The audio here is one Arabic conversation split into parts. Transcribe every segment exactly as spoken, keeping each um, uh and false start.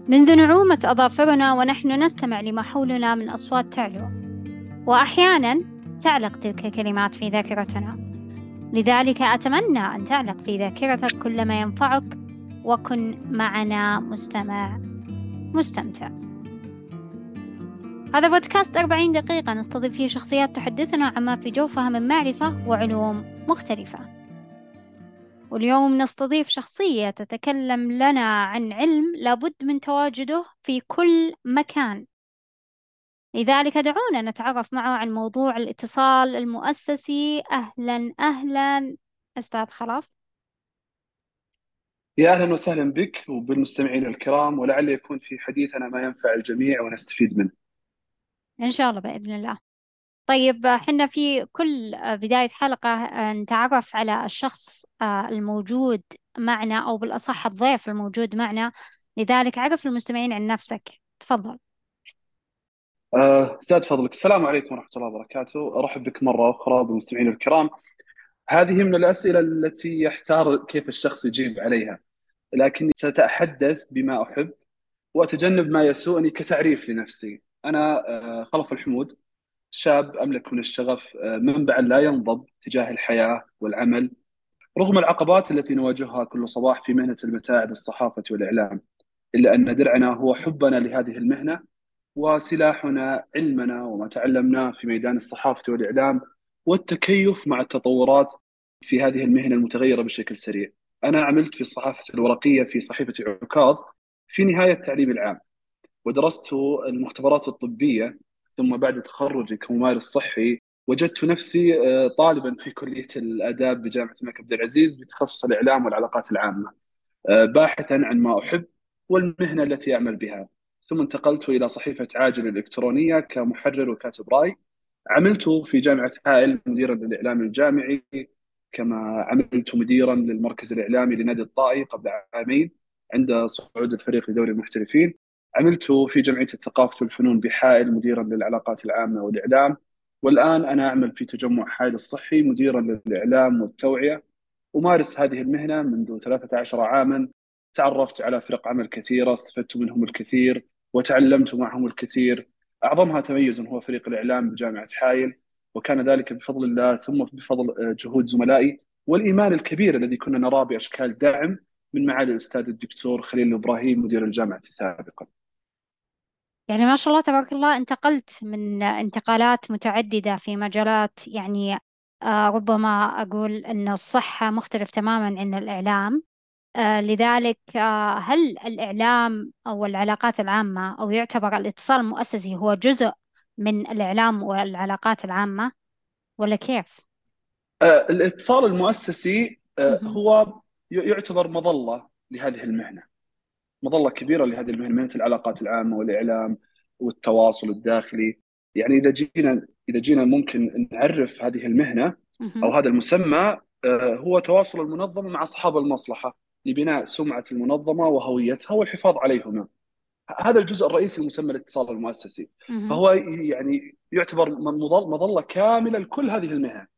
منذ نعومة أظافرنا ونحن نستمع لما حولنا من أصوات تعلو، وأحيانا تعلق تلك الكلمات في ذاكرتنا. لذلك أتمنى أن تعلق في ذاكرتك كل ما ينفعك، وكن معنا مستمع مستمتع. هذا بودكاست أربعين دقيقة نستضيف فيه شخصيات تحدثنا عما في جوفها من معرفة وعلوم مختلفة. واليوم نستضيف شخصية تتكلم لنا عن علم لابد من تواجده في كل مكان. لذلك دعونا نتعرف معه عن موضوع الاتصال المؤسسي. أهلا أهلا أستاذ خلف. يا أهلا وسهلا بك وبالمستمعين الكرام، ولعل يكون في حديثنا ما ينفع الجميع ونستفيد منه. إن شاء الله بإذن الله. طيب، حنا في كل بداية حلقة نتعرف على الشخص آه، الموجود معنا، أو بالأصح الضيف الموجود معنا. لذلك عرف المستمعين عن نفسك، تفضل. أه زاد فضلك. السلام عليكم ورحمة الله وبركاته. أرحب بك مرة أخرى بالمستمعين الكرام. هذه من الأسئلة التي يحتار كيف الشخص يجيب عليها، لكني سأتحدث بما أحب وأتجنب ما يسوءني كتعريف لنفسي. أنا أه خلف الحمود، شاب أملك من الشغف أه منبعا لا ينضب تجاه الحياة والعمل، رغم العقبات التي نواجهها كل صباح في مهنة المتاعب الصحافة والإعلام، إلا أن درعنا هو حبنا لهذه المهنة، وسلاحنا علمنا وما تعلمناه في ميدان الصحافة والإعلام، والتكيف مع التطورات في هذه المهنة المتغيرة بشكل سريع. أنا عملت في الصحافة الورقية في صحيفة عكاظ في نهاية التعليم العام، ودرست المختبرات الطبية، ثم بعد تخرجي كممارس صحي وجدت نفسي آه، طالبا في كلية الآداب بجامعة الملك عبد العزيز بتخصص الإعلام والعلاقات العامة، آه، باحثا عن ما أحب والمهنة التي أعمل بها. ثم انتقلت إلى صحيفة عاجل الإلكترونية كمحرر وكاتب رأي. عملت في جامعة حائل مديرا للإعلام الجامعي، كما عملت مديرا للمركز الإعلامي لنادي الطائي قبل عامين عند صعود الفريق لدوري المحترفين. عملت في جمعية الثقافة والفنون بحائل مديرا للعلاقات العامة والإعلام. والآن أنا أعمل في تجمع حائل الصحي مديرا للإعلام والتوعية. أمارس هذه المهنة منذ ثلاثة عشر عاما. تعرفت على فرق عمل كثيرة، استفدت منهم الكثير وتعلمت معهم الكثير. أعظمها تميزا هو فريق الإعلام بجامعة حائل، وكان ذلك بفضل الله ثم بفضل جهود زملائي والإيمان الكبير الذي كنا نراه بأشكال دعم من معالي الأستاذ الدكتور خليل إبراهيم مدير الجامعة سابقا. يعني ما شاء الله تبارك الله، انتقلت من انتقالات متعددة في مجالات، يعني آه، ربما أقول أن الصحة مختلف تماما عن الإعلام. آه، لذلك آه، هل الإعلام أو العلاقات العامة، أو يعتبر الاتصال المؤسسي هو جزء من الإعلام والعلاقات العامة، ولا كيف؟ آه، الاتصال المؤسسي آه، مهم. هو ي- يعتبر مظلة لهذه المهنة، مظلة كبيرة لهذه المهنة، مهنة العلاقات العامة والإعلام والتواصل الداخلي. يعني إذا جينا إذا جينا ممكن نعرف هذه المهنة أو مهم. هذا المسمى، آه، هو تواصل المنظمة مع أصحاب المصلحة لبناء سمعة المنظمة وهويتها والحفاظ عليهما. هذا الجزء الرئيسي لمسمى الاتصال المؤسسي. مهم. فهو يعني يعتبر مظل- مظلة كاملة لكل هذه المهن.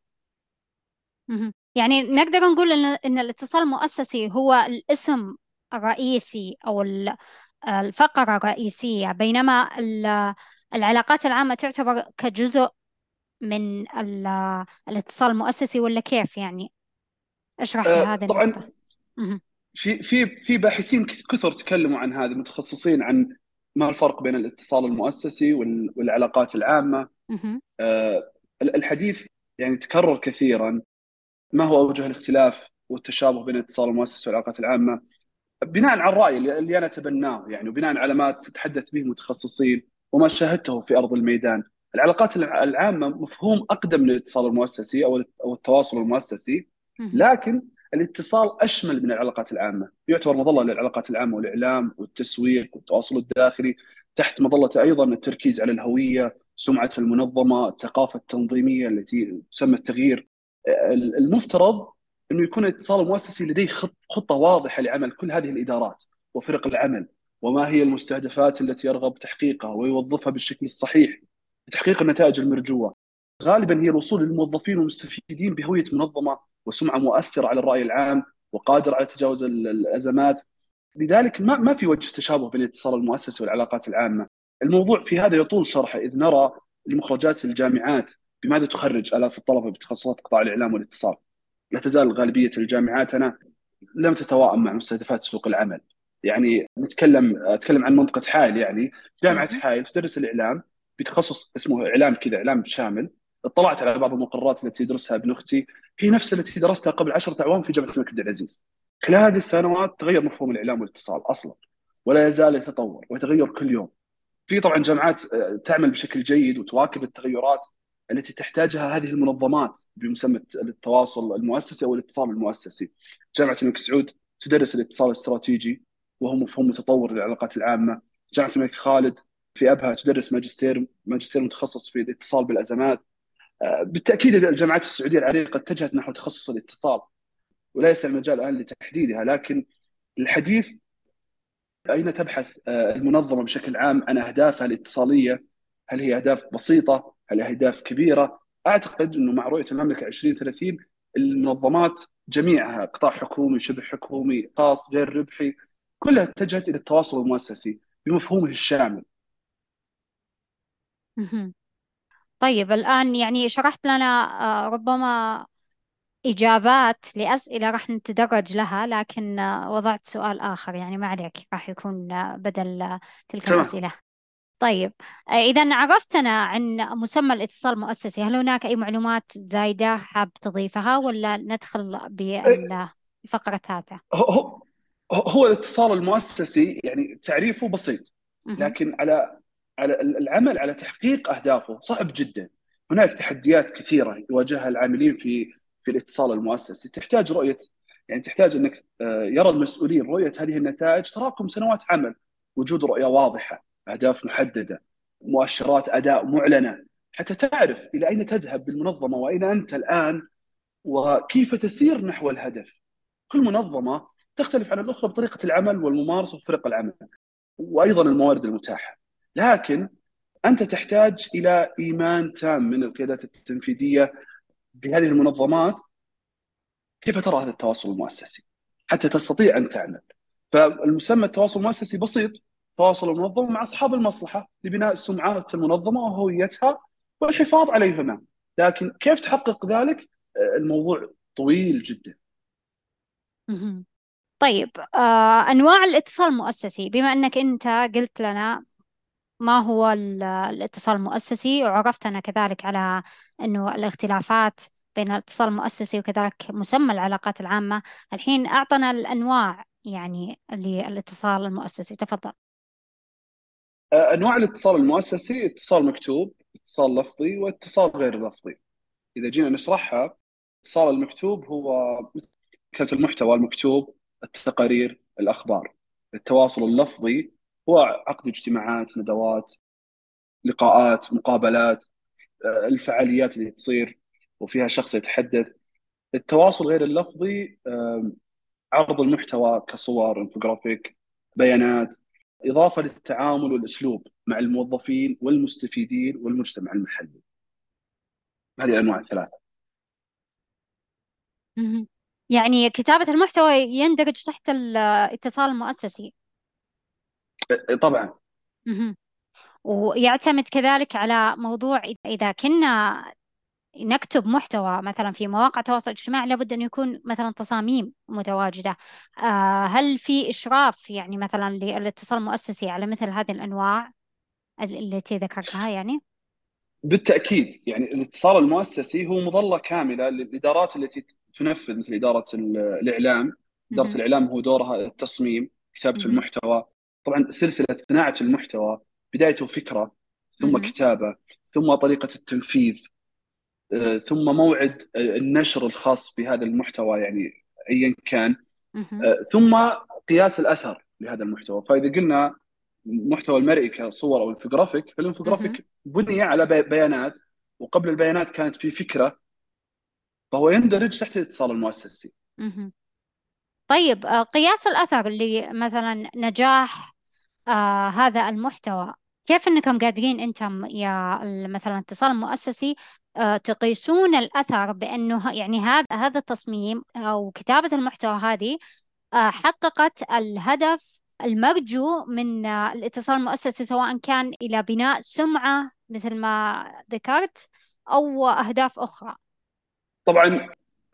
مهم. يعني نقدر نقول إن إن الاتصال المؤسسي هو الاسم الرئيسي، أو ال- الفقرة الرئيسية، بينما ال- العلاقات العامة تعتبر كجزء من ال- الاتصال المؤسسي، ولا كيف يعني؟ اشرح لي آه، هذه النقطة. طبعا مهم. في في في باحثين كثر تكلموا عن هذا، متخصصين عن ما الفرق بين الاتصال المؤسسي وال- والعلاقات العامة. مهم. آه، الحديث يعني تكرر كثيرا. ما هو أوجه الاختلاف والتشابه بين الاتصال المؤسسي والعلاقات العامة؟ بناء على الرأي اللي اللي أنا أتبناه، يعني وبناء على ما تتحدث به متخصصين وما شاهدته في أرض الميدان. العلاقات الع- العامة مفهوم أقدم من الاتصال المؤسسي أو أو التواصل المؤسسي، مهم. لكن الاتصال أشمل من العلاقات العامة، يعتبر مظلة للعلاقات العامة والإعلام والتسويق والتواصل الداخلي، تحت مظلة أيضا التركيز على الهوية، سمعة المنظمة، الثقافة التنظيمية التي تسمى التغيير. المفترض انه يكون الاتصال المؤسسي لديه خط خطه واضحه لعمل كل هذه الادارات وفرق العمل، وما هي المستهدفات التي يرغب تحقيقها ويوظفها بالشكل الصحيح لتحقيق النتائج المرجوه. غالبا هي الوصول للموظفين والمستفيدين بهويه منظمه وسمعه مؤثره على الراي العام وقادره على تجاوز ال- الازمات. لذلك ما ما في وجه تشابه بين الاتصال المؤسسي والعلاقات العامة. الموضوع في هذا يطول شرحه، إذ نرى المخرجات الجامعات بماذا تخرج آلاف الطلبة بتخصصات قطاع الإعلام والاتصال. لا تزال غالبية الجامعات أنا لم تتواءم مع مستهدفات سوق العمل. يعني نتكلم أتكلم عن منطقة حائل، يعني جامعة مهم. حائل تدرس الإعلام بتخصص اسمه إعلام، كذا إعلام شامل. اطلعت على بعض المقررات التي يدرسها ابن أختي، هي نفس التي درستها قبل عشرة أعوام في جامعة الملك عبد العزيز. خلال هذه السنوات تغير مفهوم الإعلام والاتصال أصلا، ولا يزال يتطور ويتغير كل يوم. في طبعا جامعات آه، تعمل بشكل جيد وتواكب التغيرات التي تحتاجها هذه المنظمات بمسمى التواصل المؤسسي او الاتصال المؤسسي. جامعه الملك سعود تدرس الاتصال الاستراتيجي، وهو مفهوم متطور للعلاقات العامه. جامعه الملك خالد في ابها تدرس ماجستير ماجستير متخصص في الاتصال بالازمات. آه، بالتاكيد الجامعات السعوديه العريقه اتجهت نحو تخصص الاتصال، ولا يسع المجال الان لتحديدها. لكن الحديث أين تبحث آه، المنظمة بشكل عام عن أهدافها الاتصالية؟ هل هي أهداف بسيطة؟ هل هي أهداف كبيرة؟ أعتقد أنه مع رؤية المملكة ألفين وثلاثين المنظمات جميعها، قطاع حكومي شبه حكومي خاص غير ربحي، كلها اتجهت إلى التواصل المؤسسي بمفهومه الشامل. مهم. طيب الآن يعني شرحت لنا آه، ربما إجابات لأسئلة راح نتدرج لها، لكن آه، وضعت سؤال آخر، يعني ما عليك، راح يكون آه، بدل آه، تلك تمام. الأسئلة. طيب آه، إذا عرفتنا عن مسمى الاتصال المؤسسي، هل هناك أي معلومات زايدة حاب تضيفها ولا ندخل بالفقرة الثالثة؟ هو هو الاتصال المؤسسي يعني تعريفه بسيط، مهم. لكن على على العمل على تحقيق اهدافه صعب جدا. هناك تحديات كثيره يواجهها العاملين في في الاتصال المؤسسي، تحتاج رؤيه، يعني تحتاج انك آه، يرى المسؤولين رؤيه هذه النتائج تراكم سنوات عمل، وجود رؤيه واضحه، اهداف محدده، مؤشرات اداء معلنه، حتى تعرف الى اين تذهب بالمنظمه واين انت الان، وكيف تسير نحو الهدف. كل منظمه تختلف عن الاخرى بطريقه العمل والممارسه وفرق العمل، وايضا الموارد المتاحه. لكن انت تحتاج الى ايمان تام من القيادات التنفيذيه بهذه المنظمات، كيف ترى هذا التواصل المؤسسي حتى تستطيع ان تعمل. فالمسمى التواصل المؤسسي بسيط: تواصل المنظمه مع اصحاب المصلحه لبناء سمعه المنظمه وهويتها والحفاظ عليهما. لكن كيف تحقق ذلك؟ آه، الموضوع طويل جدا. مهم. طيب آه، أنواع الاتصال المؤسسي، بما أنك أنت قلت لنا ما هو ال- الاتصال المؤسسي، وعرفتنا كذلك على أنه الاختلافات بين الاتصال المؤسسي وكذلك مسمى العلاقات العامة، الحين أعطنا الأنواع يعني للاتصال المؤسسي، تفضل. آه، انواع الاتصال المؤسسي: اتصال مكتوب، اتصال لفظي، واتصال غير لفظي. اذا جينا نشرحها، الاتصال المكتوب هو كتابة المحتوى المكتوب، التقارير، الاخبار. التواصل اللفظي هو عقد اجتماعات، ندوات، لقاءات، مقابلات، آه، الفعاليات اللي تصير وفيها شخص يتحدث. التواصل غير اللفظي آه، عرض المحتوى كصور، انفوجرافيك، بيانات، إضافة للتعامل والأسلوب مع الموظفين والمستفيدين والمجتمع المحلي. هذه الأنواع الثلاثة. مهم. يعني كتابة المحتوى يندرج تحت الاتصال المؤسسي. أه، طبعا. مهم. ويعتمد كذلك على موضوع إذا كنا نكتب محتوى مثلا في مواقع التواصل الاجتماعي، لابد أن يكون مثلا تصاميم متواجدة. آه، هل في إشراف يعني مثلا للاتصال المؤسسي على مثل هذه الأنواع ال- التي ذكرتها يعني؟ بالتأكيد، يعني الاتصال المؤسسي هو مظلة كاملة للإدارات التي تنفذ، مثل إدارة ال- الإعلام. إدارة مهم. الإعلام هو دورها التصميم، كتابة مهم. المحتوى، طبعا سلسلة صناعة المحتوى، بدايته فكرة، ثم مهم. كتابة، ثم طريقة التنفيذ، آه، ثم موعد آه، النشر الخاص بهذا المحتوى، يعني ايا كان، مهم. آه، ثم قياس الاثر لهذا المحتوى. فاذا قلنا محتوى المرئي كصور او انفوجرافيك، مهم. فالانفوجرافيك بني على بي- بيانات، وقبل البيانات كانت في فكره، فهو يندرج تحت الاتصال المؤسسي. مهم. طيب آه، قياس الأثر اللي مثلا نجاح آه هذا المحتوى، كيف أنكم قادرين أنتم يا ال- مثلا الاتصال المؤسسي آه تقيسون الأثر بأنه ه- يعني هذا هذا التصميم أو كتابة المحتوى هذه آه، حققت الهدف المرجو من آه، الاتصال المؤسسي، سواء كان إلى بناء سمعة مثل ما ذكرت أو أهداف أخرى. طبعا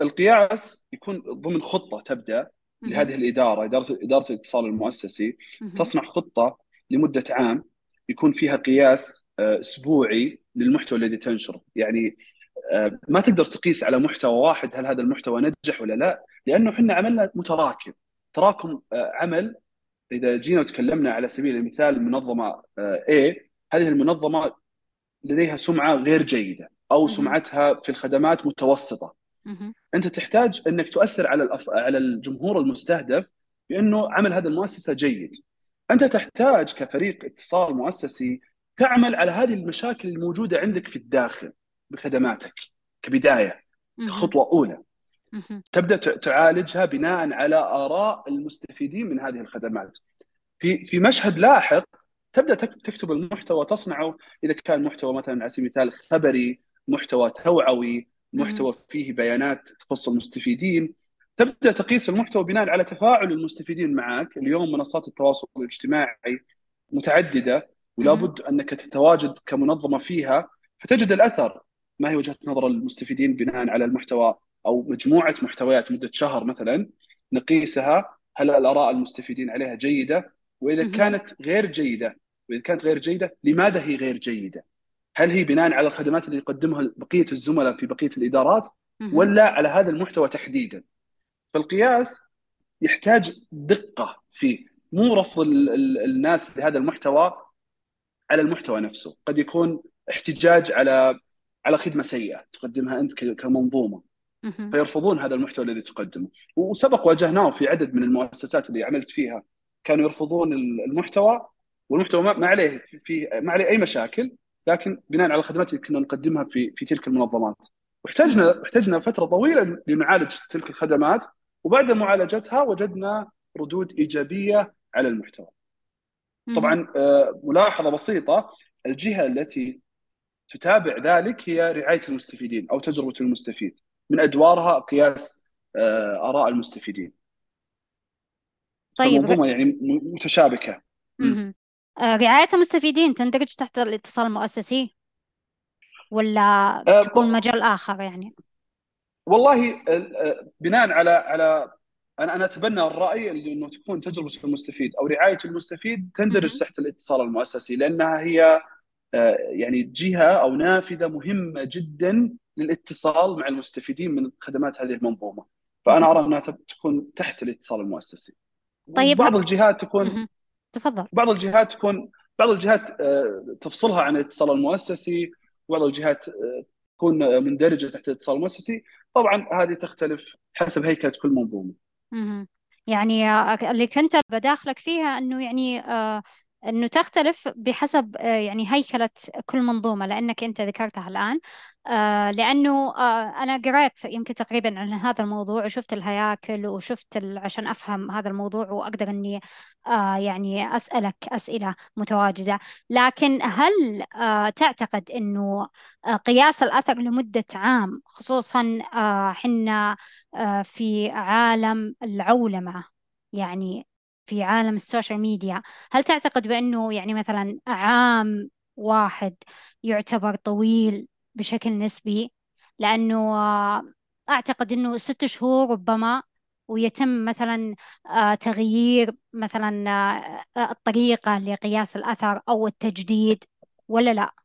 القياس يكون ضمن خطة تبدأ مهم. لهذه الإدارة، إدارة إدارة الاتصال المؤسسي. مهم. تصنع خطة لمدة عام يكون فيها قياس آه، أسبوعي للمحتوى الذي تنشره. يعني آه، ما تقدر تقيس على محتوى واحد هل هذا المحتوى نجح ولا لا، لأنه احنا عملنا متراكم، تراكم آه، عمل. إذا جينا وتكلمنا على سبيل المثال منظمة آه، A، هذه المنظمة لديها سمعة غير جيدة أو مهم. سمعتها في الخدمات متوسطة. مهم. انت تحتاج انك تؤثر على الأف... على الجمهور المستهدف بانه عمل هذه المؤسسه جيد. انت تحتاج كفريق اتصال مؤسسي تعمل على هذه المشاكل الموجوده عندك في الداخل بخدماتك كبدايه، مهم. كخطوه اولى. مهم. تبدا ت- تعالجها بناء على اراء المستفيدين من هذه الخدمات. في في مشهد لاحق تبدا تك- تكتب المحتوى، تصنعه. اذا كان محتوى مثلا على سبيل المثال خبري، محتوى توعوي، مهم. محتوى فيه بيانات تخص المستفيدين، تبدا تقيس المحتوى بناء على تفاعل المستفيدين معك. اليوم منصات التواصل الاجتماعي متعدده، ولا مهم. بد انك تتواجد كمنظمه فيها، فتجد الاثر. ما هي وجهه نظر المستفيدين بناء على المحتوى، او مجموعه محتويات مده شهر مثلا نقيسها، هل الاراء المستفيدين عليها جيده؟ واذا مهم. كانت غير جيده، واذا كانت غير جيده لماذا هي غير جيده؟ هل هي بناء على الخدمات اللي يقدمها بقيه الزملاء في بقيه الادارات، مهم. ولا على هذا المحتوى تحديدا؟ فالقياس يحتاج دقه فيه، مو رفض ال ال الناس لهذا المحتوى على المحتوى نفسه. قد يكون احتجاج على على خدمه سيئه تقدمها انت ك- كمنظومه، مهم. فيرفضون هذا المحتوى الذي تقدمه. وسبق واجهناه في عدد من المؤسسات اللي عملت فيها، كانوا يرفضون المحتوى، والمحتوى ما ما عليه في ما عليه اي مشاكل، لكن بناء على الخدمات اللي كنا نقدمها في في تلك المنظمات. مهم. واحتاجنا احتاجنا فتره طويله لنعالج تلك الخدمات، وبعد معالجتها وجدنا ردود ايجابيه على المحتوى. مهم. طبعا آه، ملاحظه بسيطه، الجهه التي تتابع ذلك هي رعاية المستفيدين أو تجربة المستفيد، من أدوارها قياس آه، آراء المستفيدين. طيب ر- فالمنظومة يعني م- متشابكة. م. مهم. آه، رعاية المستفيدين تندرج تحت الاتصال المؤسسي ولا آه، تكون ب- مجال آخر يعني؟ والله آه، بناء على على أنا أنا أتبنى الرأي اللي إنه تكون تجربة المستفيد أو رعاية المستفيد تندرج مهم. تحت الاتصال المؤسسي، لأنها هي آه، يعني جهة أو نافذة مهمة جدا للاتصال مع المستفيدين من خدمات هذه المنظومة. فأنا مهم. أرى أنها تكون تحت الاتصال المؤسسي. طيب ه... وبعض الجهات تكون مهم. تفضل. بعض الجهات تكون بعض الجهات آه، تفصلها عن الاتصال المؤسسي، وبعض الجهات آه، تكون مندرجه تحت الاتصال المؤسسي. طبعا هذه تختلف حسب هيكله كل منظومه. مهم. يعني آه، اللي كنت بداخلك فيها انه يعني آه انه تختلف بحسب آه يعني هيكلة كل منظومة، لانك انت ذكرتها الان. آه لانه آه انا قرأت يمكن تقريبا عن هذا الموضوع، وشفت الهياكل وشفت ال... عشان افهم هذا الموضوع واقدر اني آه يعني اسألك اسئلة متواجدة. لكن هل آه تعتقد انه آه قياس الاثر لمدة عام، خصوصا آه حنا آه، في عالم العولمة، يعني في عالم السوشيال ميديا، هل تعتقد بأنه يعني مثلا عام واحد يعتبر طويل بشكل نسبي؟ لأنه آه، أعتقد أنه ست شهور ربما، ويتم مثلا آه، تغيير مثلا آه، آه، الطريقة لقياس الأثر أو التجديد، ولا لا؟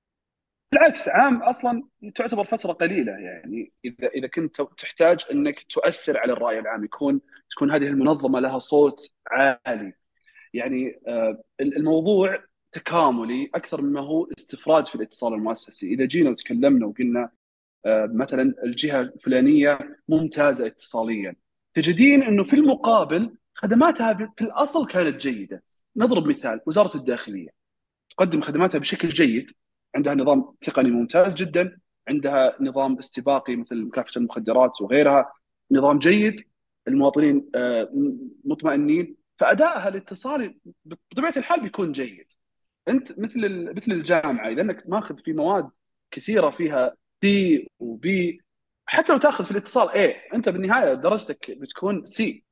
بالعكس، عام اصلا تعتبر فتره قليله. يعني اذا اذا كنت تحتاج انك تؤثر على الراي العام، يكون تكون هذه المنظمه لها صوت عالي. يعني آه، الموضوع تكاملي اكثر مما هو استفراد في الاتصال المؤسسي. اذا جينا وتكلمنا وقلنا آه، مثلا الجهه الفلانيه ممتازه اتصاليا، تجدين انه في المقابل خدماتها في الاصل كانت جيده. نضرب مثال وزاره الداخليه، تقدم خدماتها بشكل جيد، عندها نظام تقني ممتاز جدا، عندها نظام استباقي مثل مكافحه المخدرات وغيرها، نظام جيد، المواطنين آه، مطمئنين، فادائها الاتصالي بطبيعه الحال بيكون جيد. انت مثل ال- مثل الجامعه، اذا انك ماخذ في مواد كثيره فيها سي وبي، حتى لو تاخذ في الاتصال اي، انت بالنهايه درجتك بتكون سي.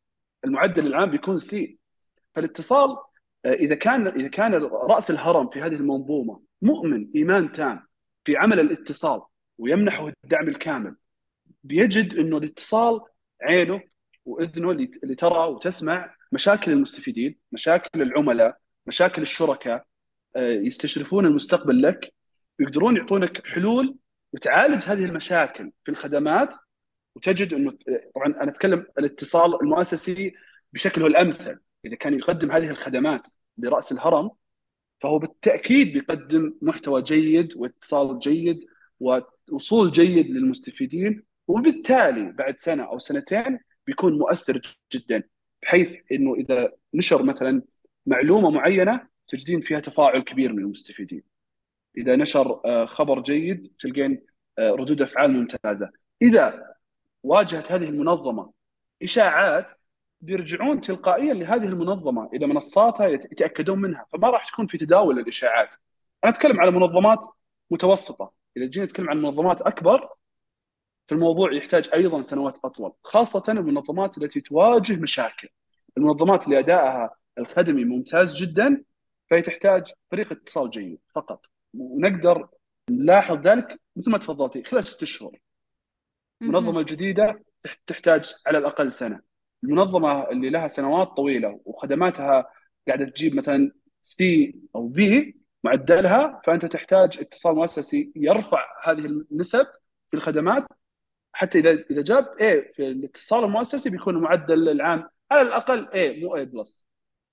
المعدل العام بيكون سي. فالاتصال آه، اذا كان اذا كان راس الهرم في هذه المنظومه مؤمن ايمان تام في عمل الاتصال ويمنحه الدعم الكامل، بيجد انه الاتصال عينه واذنه اللي اللي ترى وتسمع مشاكل المستفيدين، مشاكل العملاء، مشاكل الشركاء، آه، يستشرفون المستقبل لك، ويقدرون يعطونك حلول وتعالج هذه المشاكل في الخدمات. وتجد انه طبعا انا اتكلم الاتصال المؤسسي بشكله الامثل، اذا كان يقدم هذه الخدمات لراس الهرم فهو بالتاكيد بيقدم محتوى جيد واتصال جيد ووصول جيد للمستفيدين، وبالتالي بعد سنه او سنتين بيكون مؤثر جدا، بحيث انه اذا نشر مثلا معلومه معينه تجدين فيها تفاعل كبير من المستفيدين، اذا نشر آه، خبر جيد تلقين آه، ردود افعال ممتازه. اذا واجهت هذه المنظمه اشاعات بيرجعون تلقائيا لهذه المنظمه الى منصاتها يتاكدون منها، فما راح تكون في تداول الاشاعات. انا اتكلم على منظمات متوسطه، اذا جينا نتكلم عن منظمات اكبر فالموضوع يحتاج ايضا سنوات اطول، خاصه المنظمات التي تواجه مشاكل. المنظمات اللي ادائها الخدمي ممتاز جدا فهي تحتاج فريق اتصال جيد فقط، ونقدر نلاحظ ذلك مثل ما تفضلتي خلال ست شهور. مهم. المنظمه الجديده تح- تحتاج على الاقل سنه. المنظمه اللي لها سنوات طويله وخدماتها قاعده تجيب مثلا سي او بي معدلها، فانت تحتاج اتصال مؤسسي يرفع هذه النسب في الخدمات، حتى اذا اذا جاب A في الاتصال المؤسسي بيكون المعدل العام على الاقل A مو A بلس.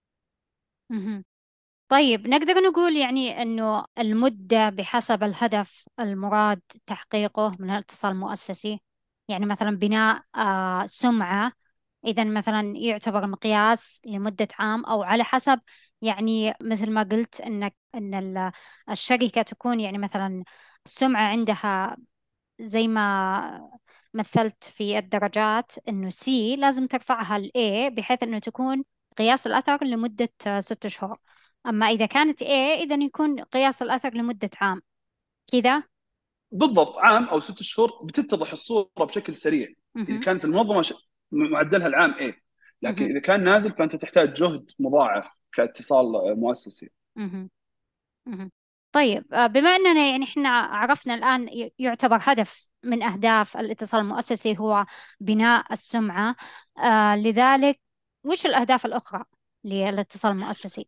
مهم. طيب نقدر نقول يعني أنه المدة بحسب الهدف المراد تحقيقه من الاتصال المؤسسي. يعني مثلا بناء آه، سمعة، إذا مثلا يعتبر مقياس لمدة عام، أو على حسب، يعني مثل ما قلت إنك إن ال- الشركة تكون يعني مثلا السمعة عندها زي ما مثلت في الدرجات، إنه سي لازم ترفعها ل A بحيث إنه تكون قياس الأثر لمدة آه، ست شهور. أما إذا كانت A إذا يكون قياس الأثر لمدة عام كذا. بالضبط عام او ست شهور بتتضح الصوره بشكل سريع اذا مهم. كانت المنظمه ش... معدلها العام A. لكن مهم. اذا كان نازل فانت تحتاج جهد مضاعف كاتصال مؤسسي. مهم. مهم. طيب آه، بما أننا يعني إحنا عرفنا الآن ي- يعتبر هدف من أهداف الاتصال المؤسسي هو بناء السمعة، آه لذلك وش الأهداف الأخرى للاتصال المؤسسي؟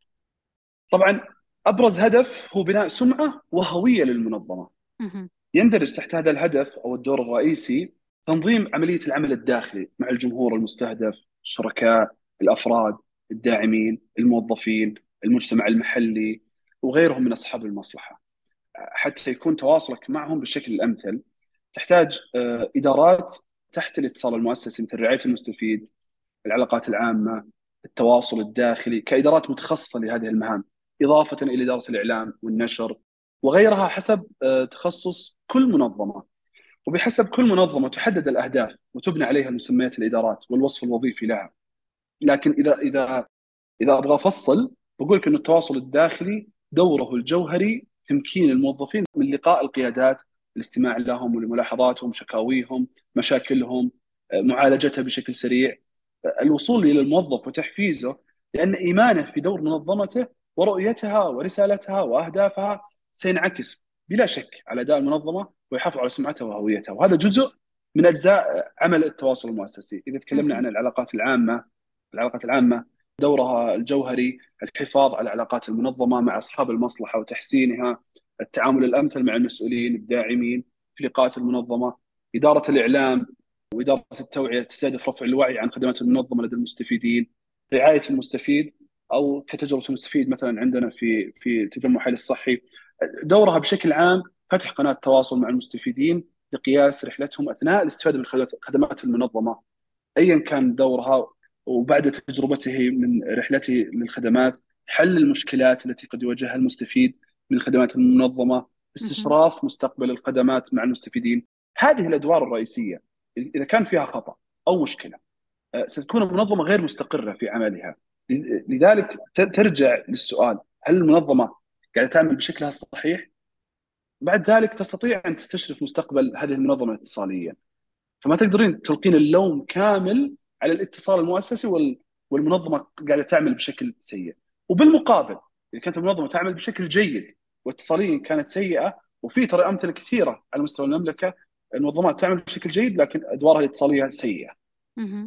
طبعا ابرز هدف هو بناء سمعه وهويه للمنظمه. مهم. يندرج تحت هذا الهدف او الدور الرئيسي تنظيم عمليه العمل الداخلي مع الجمهور المستهدف، الشركاء، الافراد، الداعمين، الموظفين، المجتمع المحلي وغيرهم من اصحاب المصلحه، حتى يكون تواصلك معهم بالشكل الامثل. تحتاج آه، ادارات تحت الاتصال المؤسسي مثل رعايه المستفيد، العلاقات العامه، التواصل الداخلي، كادارات متخصصه لهذه المهام، اضافه الى اداره الاعلام والنشر وغيرها حسب آه، تخصص كل منظمه. وبحسب كل منظمه تحدد الاهداف وتبنى عليها مسميات الادارات والوصف الوظيفي لها. لكن اذا اذا اذا ابغى افصل بقول لك انه التواصل الداخلي دوره الجوهري تمكين الموظفين من لقاء القيادات، الاستماع لهم ولملاحظاتهم، شكاويهم، مشاكلهم، آه، معالجتها بشكل سريع، آه، الوصول الى الموظف وتحفيزه، لان ايمانه في دور منظمته ورؤيتها ورسالتها واهدافها سينعكس بلا شك على اداء المنظمه ويحافظ على سمعتها وهويتها. وهذا جزء من اجزاء عمل التواصل المؤسسي. اذا تكلمنا مهم. عن العلاقات العامه، العلاقات العامه دورها الجوهري الحفاظ على علاقات المنظمه مع اصحاب المصلحه وتحسينها، التعامل الامثل مع المسؤولين الداعمين في لقاءات المنظمه، اداره الاعلام واداره التوعيه تستهدف رفع الوعي عن خدمات المنظمه لدى المستفيدين، رعايه المستفيد او كتجربه المستفيد مثلا عندنا في في تجمع حي الصحي. دورها بشكل عام فتح قناه تواصل مع المستفيدين لقياس رحلتهم اثناء الاستفاده من خدمات المنظمه ايا كان دورها، وبعد تجربته من رحلته للخدمات حل المشكلات التي قد يواجهها المستفيد من خدمات المنظمه، مهم. استشراف مستقبل الخدمات مع المستفيدين. هذه الادوار الرئيسيه. اذا كان فيها خطا او مشكله آه، ستكون المنظمه غير مستقره في عملها. لذلك ترجع للسؤال: هل المنظمه قاعده تعمل بشكلها الصحيح؟ بعد ذلك تستطيع ان تستشرف مستقبل هذه المنظمه الاتصاليه. فما تقدرين تلقين اللوم كامل على الاتصال المؤسسي والمنظمه قاعده تعمل بشكل سيء. وبالمقابل اذا كانت المنظمه تعمل بشكل جيد واتصاليا كانت سيئه، وفي ترى امثله كثيره على مستوى المملكه، المنظمات تعمل بشكل جيد لكن ادوارها الاتصاليه سيئه. مهم.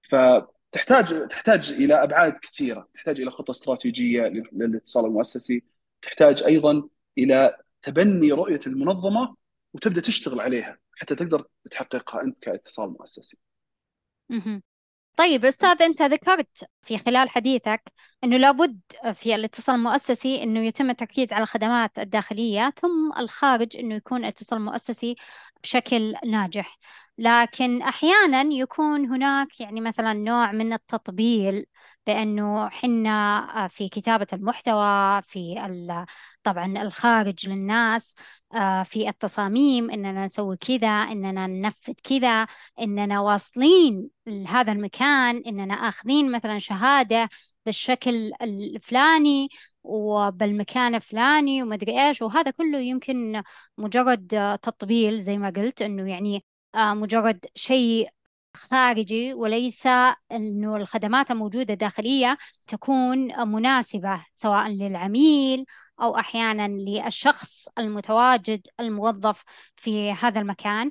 فتحتاج تحتاج الى ابعاد كثيره، تحتاج الى خطه استراتيجيه لل- للاتصال المؤسسي، تحتاج ايضا الى تبني رؤيه المنظمه وتبدا تشتغل عليها حتى تقدر تحققها انت كاتصال مؤسسي. مهم. طيب أستاذ، أنت ذكرت في خلال حديثك أنه لابد في الاتصال المؤسسي أنه يتم التركيز على الخدمات الداخلية، ثم الخارج أنه يكون اتصال مؤسسي بشكل ناجح. لكن أحيانا يكون هناك يعني مثلا نوع من التطبيل، بأنه حنا في كتابة المحتوى في ال- طبعا الخارج للناس، آه، في التصاميم إننا نسوي كذا، إننا ننفذ كذا، إننا واصلين لهذا المكان، إننا آخذين مثلا شهادة بالشكل الفلاني وبالمكان الفلاني ومدري إيش. وهذا كله يمكن مجرد آه، تطبيل زي ما قلت، إنه يعني آه، مجرد شيء خارجي، وليس إنه الخدمات الموجودة داخلية تكون مناسبة سواء للعميل أو أحيانا للشخص المتواجد الموظف في هذا المكان.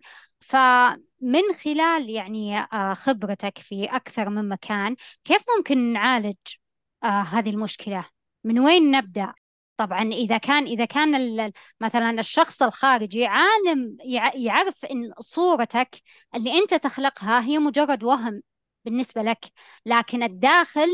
فمن خلال يعني آه، خبرتك في أكثر من مكان، كيف ممكن نعالج آه، هذه المشكلة؟ من وين نبدأ؟ طبعا إذا كان إذا كان ال- مثلا الشخص الخارجي عالم يع- يعرف إن صورتك اللي أنت تخلقها هي مجرد وهم بالنسبة لك، لكن الداخل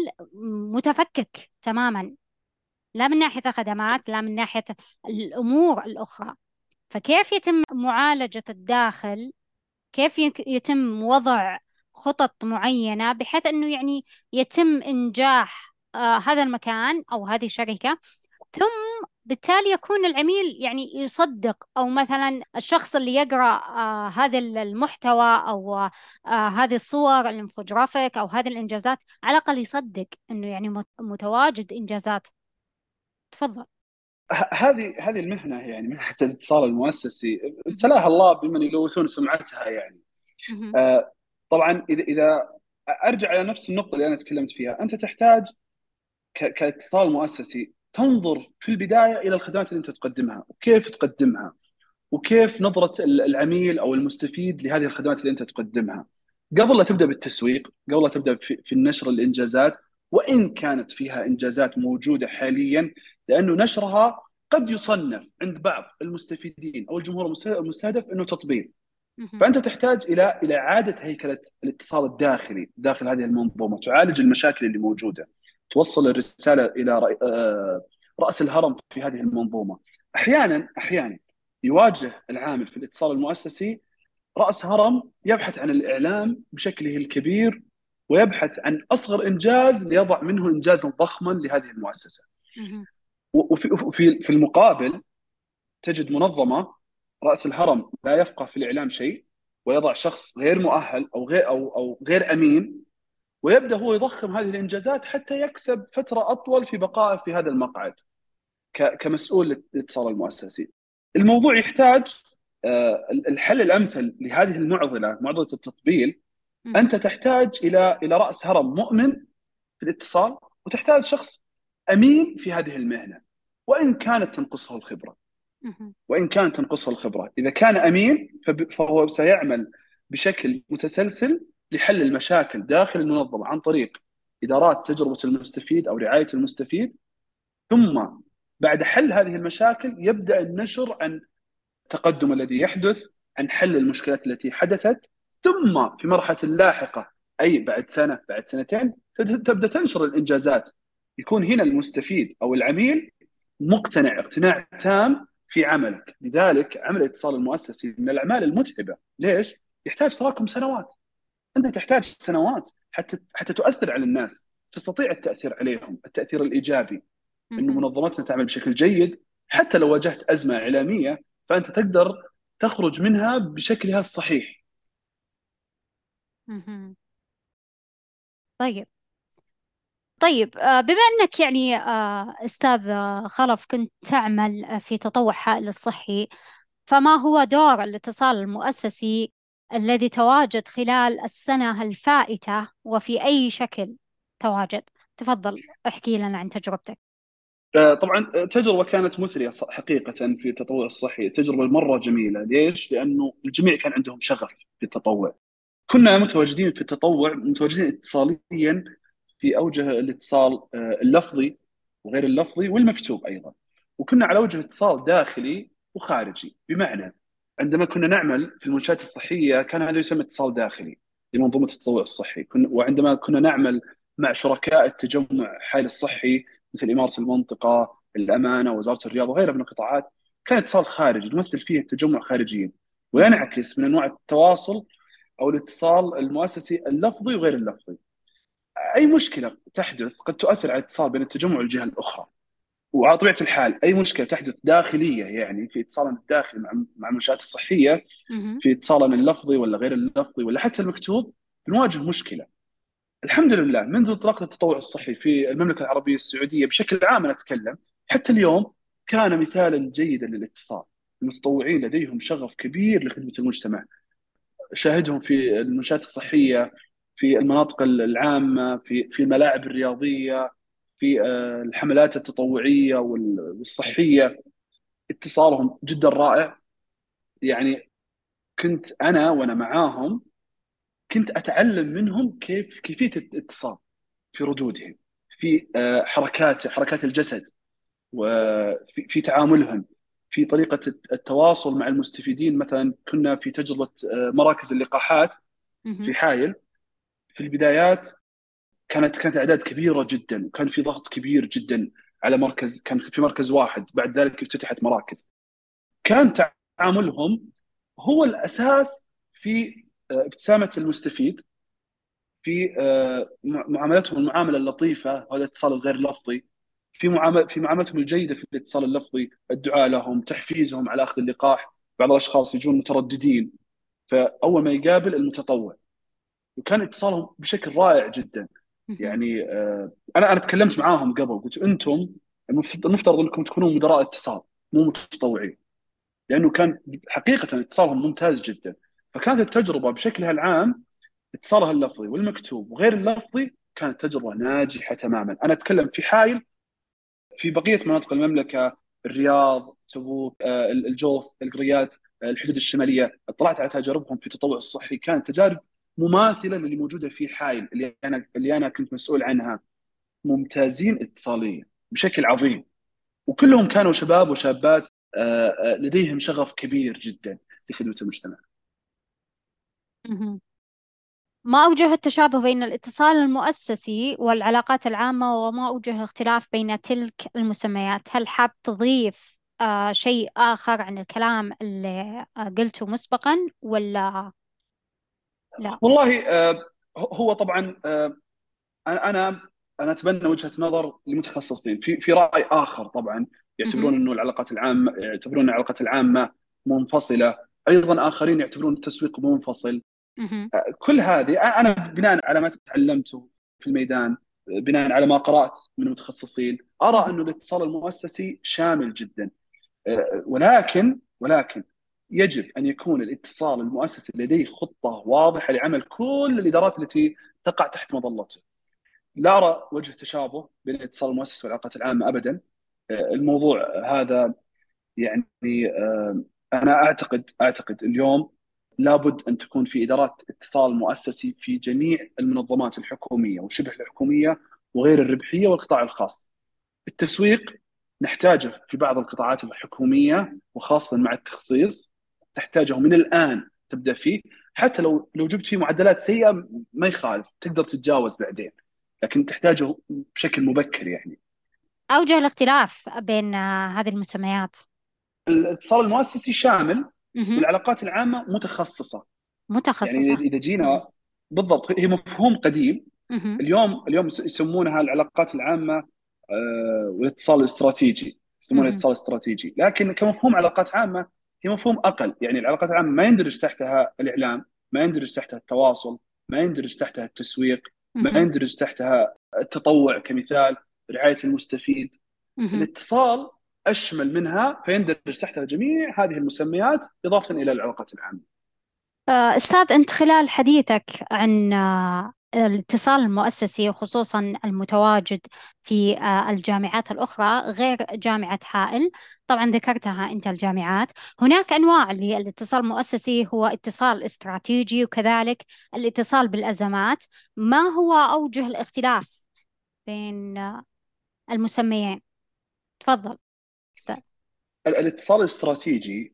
متفكك تماما، لا من ناحية الخدمات لا من ناحية الأمور الأخرى. فكيف يتم معالجة الداخل؟ كيف يك- يتم وضع خطط معينة بحيث أنه يعني يتم إنجاح آه هذا المكان أو هذه الشركة، ثم بالتالي يكون العميل يعني يصدق، أو مثلا الشخص اللي يقرأ آه هذا المحتوى أو آه هذه الصور الانفوجرافيك أو هذه الإنجازات، على الأقل يصدق أنه يعني مت- متواجد إنجازات. تفضل. ه- هذه هذه المهنه، يعني مهنه الاتصال المؤسسي مهم. ابتلاها الله بمن يلوثون سمعتها يعني. مهم. آه، طبعا اذا اذا ارجع الى نفس النقطه اللي انا تكلمت فيها، انت تحتاج ك- كاتصال مؤسسي تنظر في البدايه الى الخدمات اللي انت تقدمها وكيف تقدمها، وكيف نظره ال- العميل او المستفيد لهذه الخدمات اللي انت تقدمها، قبل لا تبدا بالتسويق، قبل لا تبدا في في النشر الانجازات، وان كانت فيها انجازات موجوده حاليا، لانه نشرها قد يصنف عند بعض المستفيدين او الجمهور المس- المستهدف انه تطبيل. مهم. فانت تحتاج الى الى اعاده هيكله الاتصال الداخلي داخل هذه المنظومه، تعالج المشاكل اللي موجوده، توصل الرساله الى رأ- آه، راس الهرم في هذه المنظومه. احيانا احيانا يواجه العامل في الاتصال المؤسسي راس هرم يبحث عن الاعلام بشكله الكبير، ويبحث عن اصغر انجاز ليضع منه انجازا ضخما لهذه المؤسسه. مهم. وفي في في المقابل تجد منظمه راس الهرم لا يفقه في الاعلام شيء، ويضع شخص غير مؤهل او غير او او غير امين، ويبدا هو يضخم هذه الانجازات حتى يكسب فتره اطول في بقائه في هذا المقعد ك- كمسؤول الاتصال المؤسسي. الموضوع يحتاج آه، الحل الامثل لهذه المعضله، معضله التطبيل. مهم. انت تحتاج الى الى راس هرم مؤمن في الاتصال، وتحتاج شخص امين في هذه المهنه، وان كانت تنقصه الخبره. مهم. وإن كانت تنقصه الخبرة، إذا كان أمين فب- فهو سيعمل بشكل متسلسل لحل المشاكل داخل المنظمة عن طريق إدارات تجربة المستفيد أو رعاية المستفيد، ثم بعد حل هذه المشاكل يبدأ النشر عن التقدم الذي يحدث، عن حل المشكلات التي حدثت، ثم في مرحلة لاحقة أي بعد سنة بعد سنتين تبدأ تبدأ تنشر الإنجازات. يكون هنا المستفيد أو العميل مقتنع اقتناع تام في عملك. لذلك عمل الاتصال المؤسسي من الأعمال المتعبة. ليش؟ يحتاج تراكم سنوات. أنت تحتاج سنوات حتى حتى تؤثر على الناس، تستطيع التأثير عليهم التأثير الإيجابي، أنه مهم. منظمتنا تعمل بشكل جيد. حتى لو واجهت أزمة إعلامية فأنت تقدر تخرج منها بشكلها الصحيح. مهم. طيب. طيب آه، بما أنك يعني آه، أستاذ آه، خلف كنت تعمل آه، في تطوع حائل الصحي، فما هو دور الاتصال المؤسسي الذي تواجد خلال السنة الفائتة وفي أي شكل؟ تواجد. تفضل احكي لنا عن تجربتك. آه، طبعا آه، تجربة كانت مثرية ص- حقيقة في التطوع الصحي، تجربة مرة جميلة. ليش؟ لأنه الجميع كان عندهم شغف في التطوع. كنا متواجدين في التطوع، متواجدين اتصاليا في أوجه الاتصال آه، اللفظي وغير اللفظي والمكتوب أيضا. وكنا على وجه اتصال داخلي وخارجي. بمعنى عندما كنا نعمل في المنشآت الصحية كان هذا يسمى اتصال داخلي لمنظومة التطوع الصحي. كنا وعندما كنا نعمل مع شركاء التجمع الحالي الصحي مثل إمارة المنطقة، الأمانة، وزارة الرياضة وغيرها من القطاعات، كان اتصال خارجي نمثل فيه التجمع خارجيا، مهم. وينعكس من أنواع التواصل أو الاتصال المؤسسي اللفظي وغير اللفظي. أي مشكلة تحدث قد تؤثر على الاتصال بين التجمع والجهة الأخرى. وعلى طبيعة الحال أي مشكلة تحدث داخلية، يعني في اتصالنا الداخلي مع مع المنشآت الصحية، مهم. في اتصالنا اللفظي ولا غير اللفظي ولا حتى المكتوب، بنواجه مشكلة. الحمد لله منذ انطلاق التطوع الصحي في المملكة العربية السعودية بشكل عام، أنا أتكلم حتى اليوم، كان مثالا جيدا للاتصال. المتطوعين لديهم شغف كبير لخدمة المجتمع. شاهدهم في المنشآت الصحية، في المناطق العامة، في في الملاعب الرياضية، في آه، الحملات التطوعية وال- والصحية. اتصالهم جدا رائع. يعني كنت أنا وأنا معاهم كنت أتعلم منهم كيف كيفية الاتصال في ردودهم، في آه، حركات حركات الجسد، وفي في تعاملهم، في طريقة التواصل مع المستفيدين. مثلا كنا في تجربة آه، مراكز اللقاحات في مهم. حائل. في البدايات كانت كانت اعداد كبيره جدا، وكان في ضغط كبير جدا على مركز. كان في مركز واحد، بعد ذلك افتتحت مراكز. كان تعاملهم هو الاساس في آه، ابتسامه المستفيد، في آه، مع- معاملتهم المعامله اللطيفه وهذا الاتصال الغير لفظي، في معامله في معاملتهم الجيده في الاتصال اللفظي، الدعاء لهم، تحفيزهم على اخذ اللقاح. بعض الاشخاص يجون مترددين، فاول ما يقابل المتطوع، وكان اتصالهم بشكل رائع جدا. مهم. يعني آه، انا انا تكلمت معاهم قبل، قلت انتم المفروض المفترض انكم تكونون مدراء اتصال مو متطوعين، لانه كان حقيقه اتصالهم ممتاز جدا. فكانت التجربه بشكلها العام، اتصالها اللفظي والمكتوب وغير اللفظي، كانت تجربه ناجحه تماما. انا اتكلم في حائل، في بقيه مناطق المملكه، الرياض، تبوك، آه، الجوف، القريات، آه، الحدود الشماليه، اطلعت على تجاربهم في التطوع الصحي، كانت تجارب مماثله للي موجوده في حائل اللي انا اللي انا كنت مسؤول عنها. ممتازين اتصاليا بشكل عظيم، وكلهم كانوا شباب وشابات آه، آه، لديهم شغف كبير جدا في خدمه المجتمع. مهم. ما أوجه التشابه بين الاتصال المؤسسي والعلاقات العامة، وما أوجه الاختلاف بين تلك المسميات؟ هل حاب تضيف آه شيء آخر عن الكلام اللي آه قلته مسبقا ولا لا؟ والله آه، هو طبعا آه، انا انا انا اتبنى وجهه نظر المتخصصين في في راي اخر طبعا، مهم. يعتبرون انه العلاقات العامه يعتبرون العلاقات العامه منفصله. ايضا اخرين يعتبرون التسويق منفصل. مهم. كل هذه انا بناء على ما تعلمته في الميدان، بناء على ما قرات من المتخصصين، ارى مهم. انه الاتصال المؤسسي شامل جدا. ولكن ولكن يجب ان يكون الاتصال المؤسسي لديه خطه واضحه لعمل كل الادارات التي تقع تحت مظلته. لا أرى وجه تشابه بين الاتصال المؤسسي والعلاقات العامة أبدا. آه، الموضوع هذا يعني آه، أنا أعتقد أعتقد اليوم لابد أن تكون في إدارات اتصال مؤسسي في جميع المنظمات الحكومية وشبه الحكومية وغير الربحية والقطاع الخاص. التسويق نحتاجه في بعض القطاعات الحكومية، وخاصة مع التخصيص تحتاجه من الآن تبدأ فيه. حتى لو لو جبت فيه معدلات سيئة ما يخالف، تقدر تتجاوز بعدين، لكن تحتاجه بشكل مبكر يعني. أوجه الاختلاف بين آه هذه المسميات؟ الاتصال المؤسسي شامل، مهم. والعلاقات العامة متخصصة. يعني متخصصة. إذا مهم. جينا بالضبط، هي مفهوم قديم. مهم. اليوم اليوم يسمونها العلاقات العامة آه، والاتصال الاستراتيجي، يسمونها مهم. الاتصال الاستراتيجي. لكن كمفهوم علاقات عامة هي مفهوم أقل. يعني العلاقات العامة ما يندرج تحتها الإعلام، ما يندرج تحتها التواصل، ما يندرج تحتها التسويق، ما مهم. يندرج تحتها التطوع كمثال، رعاية المستفيد. مهم. الاتصال أشمل منها، فيندرج تحتها جميع هذه المسميات إضافة إلى العلاقات العامة. آه، أستاذ، أنت خلال حديثك عن آه، الاتصال المؤسسي وخصوصا المتواجد في آه، الجامعات الأخرى غير جامعة حائل. طبعا ذكرتها أنت الجامعات. هناك أنواع للاتصال المؤسسي، هو اتصال استراتيجي وكذلك الاتصال بالأزمات. ما هو أوجه الاختلاف بين آه، المسميين؟ تفضل أستاذ. ال- الاتصال الاستراتيجي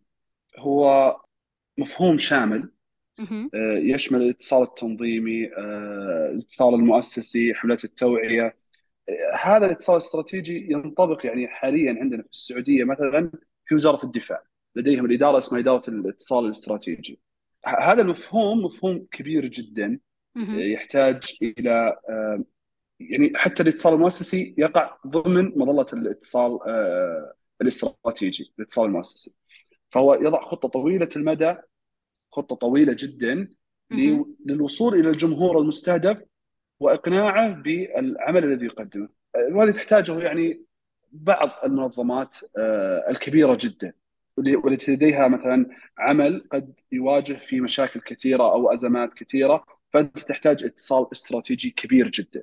هو مفهوم شامل، مهم. آه، يشمل الاتصال التنظيمي، آه، الاتصال المؤسسي، حملات التوعية. آه، هذا الاتصال الاستراتيجي ينطبق يعني حاليا عندنا في السعودية مثلا في وزارة الدفاع، لديهم الإدارة اسمها إدارة الاتصال الاستراتيجي. ه- هذا المفهوم مفهوم كبير جدا، آه، مهم. يحتاج إلى آه، يعني حتى الاتصال المؤسسي يقع ضمن مظلة الاتصال آه، الاستراتيجي، الاتصال المؤسسي. فهو يضع خطة طويلة المدى، خطة طويلة جدا مهم. ل- للوصول إلى الجمهور المستهدف وإقناعه بالعمل الذي يقدمه. وهذه تحتاجه يعني بعض المنظمات آه، الكبيرة جدا، واللي- والتي لديها مثلا عمل قد يواجه في مشاكل كثيرة أو أزمات كثيرة، فأنت تحتاج اتصال استراتيجي كبير جدا.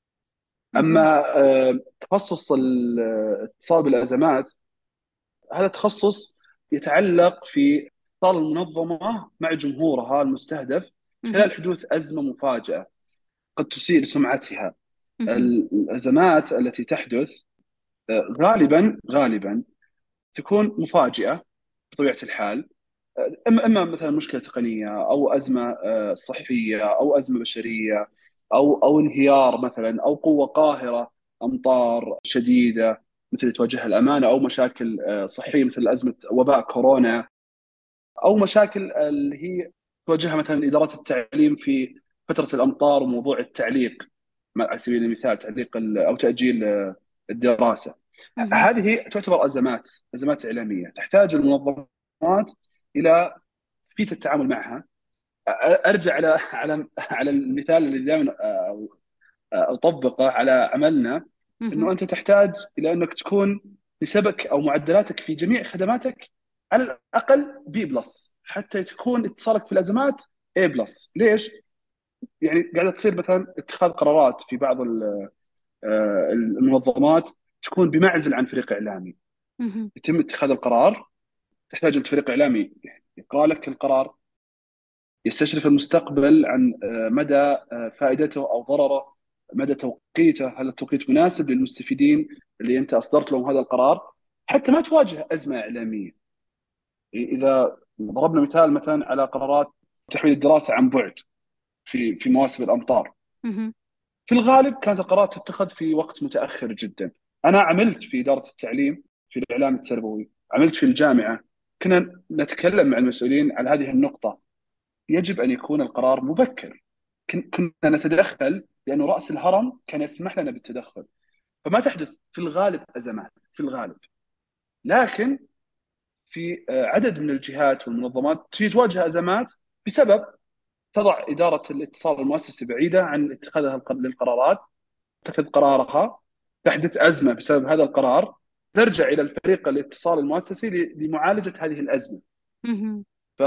مهم. أما آه، تخصص الاتصال بالأزمات، هذا تخصص يتعلق في اتصال المنظمة مع جمهورها المستهدف مهم. خلال حدوث أزمة مفاجئة قد تسيء لسمعتها. مهم. الأزمات التي تحدث آه، غالبا غالبا تكون مفاجئة بطبيعة الحال. آه، إما إما مثلا مشكلة تقنية، أو أزمة آه، صحية، أو أزمة بشرية، أو أو انهيار مثلا، أو قوة قاهرة، أمطار شديدة مثل اللي تواجهها الأمانة، أو مشاكل آه، صحية مثل أزمة وباء كورونا، او مشاكل اللي هي تواجهها مثلا ادارات التعليم في فتره الامطار وموضوع التعليق، على سبيل المثال تعليق ال- او تاجيل الدراسه. مهم. هذه تعتبر ازمات، ازمات اعلاميه تحتاج المنظمات الى كيفيه التعامل معها. ارجع على على على المثال اللي دائما اطبقه على عملنا، مهم. انه انت تحتاج الى انك تكون نسبك او معدلاتك في جميع خدماتك على الاقل بي بلس، حتى تكون اتصالك في الازمات اي بلس. ليش؟ يعني قاعده تصير مثلا اتخاذ قرارات في بعض ال- آه، المنظمات تكون بمعزل عن فريق اعلامي. مهم. يتم اتخاذ القرار، تحتاج انت فريق اعلامي يقرا لك القرار، يستشرف المستقبل عن آه، مدى آه، فائدته او ضرره، مدى توقيته، هل التوقيت مناسب للمستفيدين اللي انت اصدرت لهم هذا القرار، حتى ما تواجه ازمه اعلاميه. اذا ضربنا مثال مثلا على قرارات تحويل الدراسه عن بعد في في مواسم الامطار، مهم. في الغالب كانت القرارات تتخذ في وقت متاخر جدا. انا عملت في اداره التعليم في الاعلام التربوي، عملت في الجامعه، كنا نتكلم مع المسؤولين على هذه النقطه. يجب ان يكون القرار مبكر. كن- كنا نتدخل لانه راس الهرم كان يسمح لنا بالتدخل، فما تحدث في الغالب ازمات في الغالب. لكن في آه، عدد من الجهات والمنظمات تجي تواجه ازمات بسبب تضع اداره الاتصال المؤسسي بعيده عن اتخاذها الق- للقرارات، تتخذ قرارها، تحدث ازمه بسبب هذا القرار، ترجع الى الفريق الاتصال المؤسسي ل- لمعالجه هذه الازمه. مهم. ف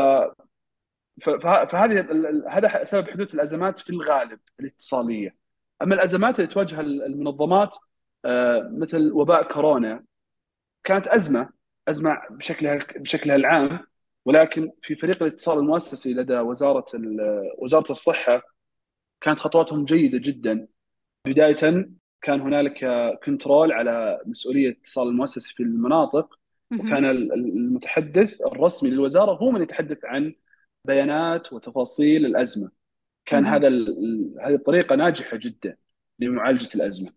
ف- فه- فهذه ال- ال- هذا سبب حدوث الازمات في الغالب الاتصاليه. اما الازمات اللي تواجه المنظمات آه، مثل وباء كورونا، كانت ازمه، ازمه بشكلها بشكلها العام، ولكن في فريق الاتصال المؤسسي لدى وزاره ال- وزاره الصحه كانت خطواتهم جيده جدا. بدايه كان هنالك كنترول على مسؤوليه الاتصال المؤسسي في المناطق، مهم. وكان ال- المتحدث الرسمي للوزاره هو من يتحدث عن بيانات وتفاصيل الازمه. كان مهم. هذا ال- ال- هذه الطريقه ناجحه جدا لمعالجه الازمه.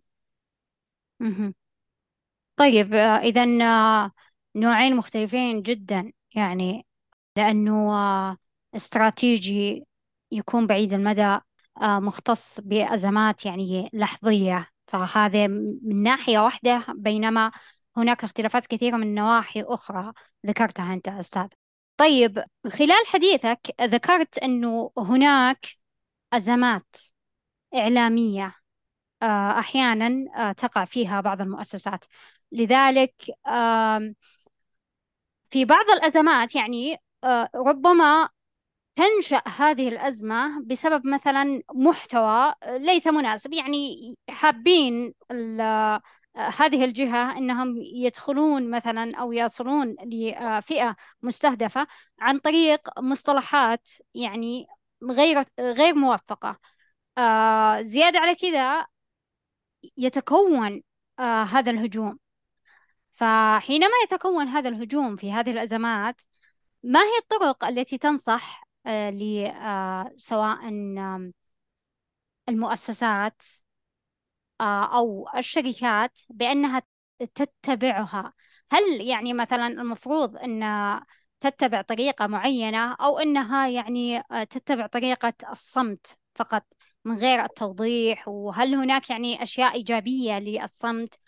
مهم. طيب، إذا نوعين مختلفين جدا يعني، لأنه آه، استراتيجي يكون بعيد المدى، آه، مختص بأزمات يعني لحظية، فهذا من ناحية واحدة، بينما هناك اختلافات كثيرة من نواحي أخرى ذكرتها أنت أستاذ. طيب، خلال حديثك ذكرت أنه هناك أزمات إعلامية آه، أحيانا آه، تقع فيها بعض المؤسسات. لذلك آم، في بعض الأزمات يعني آه، ربما تنشأ هذه الأزمة بسبب مثلا محتوى ليس مناسب، يعني حابين ال- هذه الجهة أنهم يدخلون مثلا أو يصلون لفئة مستهدفة عن طريق مصطلحات يعني غير غير موفقة. آه، زيادة على كذا يتكون آه، هذا الهجوم. فحينما يتكون هذا الهجوم في هذه الأزمات، ما هي الطرق التي تنصح آه، ل آه، سواء آم، المؤسسات آه، أو الشركات بأنها تتبعها؟ هل يعني مثلا المفروض أن تتبع طريقة معينة، أو أنها يعني آه، تتبع طريقة الصمت فقط من غير التوضيح؟ وهل هناك يعني أشياء إيجابية للصمت،